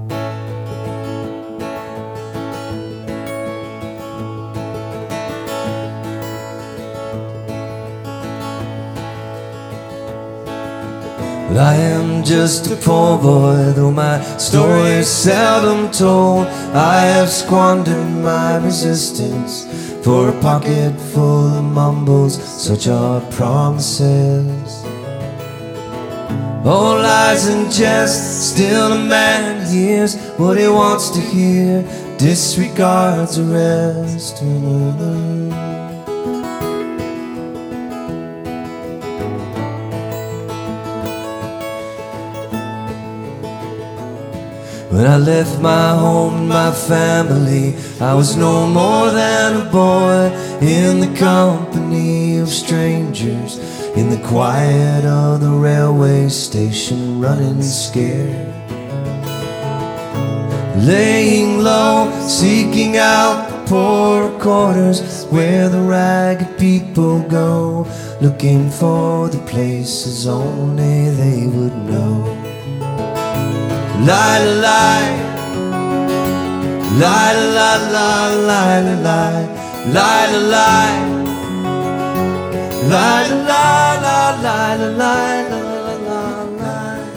I am just a poor boy, though my story is seldom told. I have squandered my resistance for a pocket full of mumbles, such are promises. All lies and jests, still a man hears what he wants to hear, disregards the rest. When I left my home and my family, I was no more than a boy in the company of strangers, in the quiet of the railway station, running scared, laying low, seeking out the poor quarters where the ragged people go, looking for the places only they would know. Lie, lie, lie, lie, lie, lie, lie, lie, lie, lie, lie, lie, lie, lie.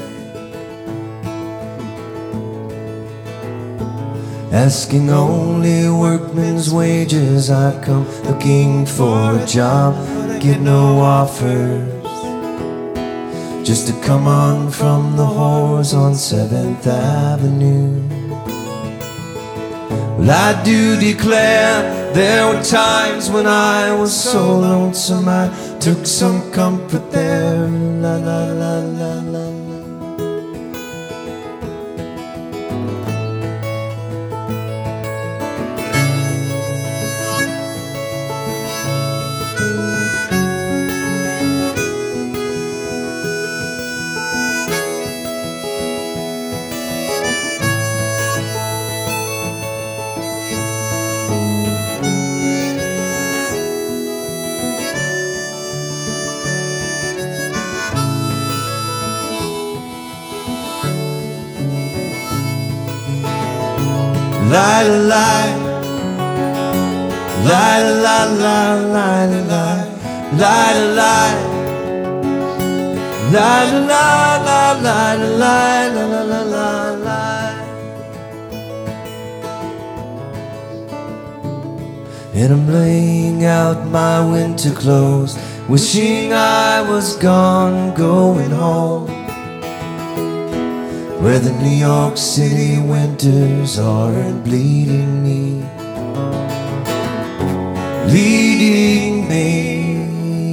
Asking only workmen's wages, I come looking for a job, get no offers. Just to come on from the whores on 7th Avenue. Well, I do declare there were times when I was so lonesome I took some comfort there. La la la la la. lie, lie, lie, lie, lie, lie, lie, lie, lie, lie, lie, lie, lie, lie, lie, lie. And I'm laying out my winter clothes, wishing I was gone, going home, where the New York City winters aren't bleeding me, leading me,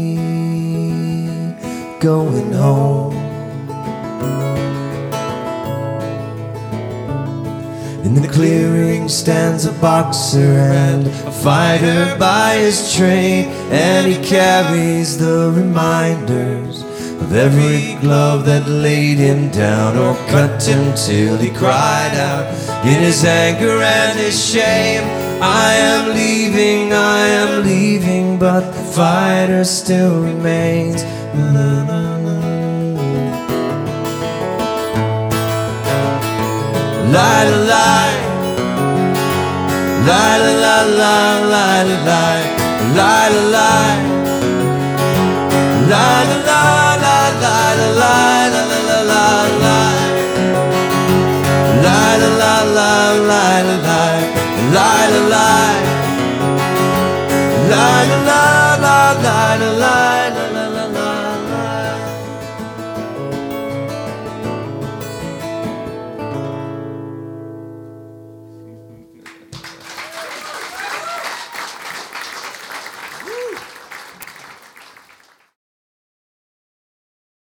going home. In the clearing stands a boxer and a fighter by his trade, and he carries the reminders of every glove that laid him down or cut him till he cried out in his anger and his shame, I am leaving, but the fighter still remains. Lie, lie, lie, lie, lie, lie, lie, lie, lie, lie, lie, lie.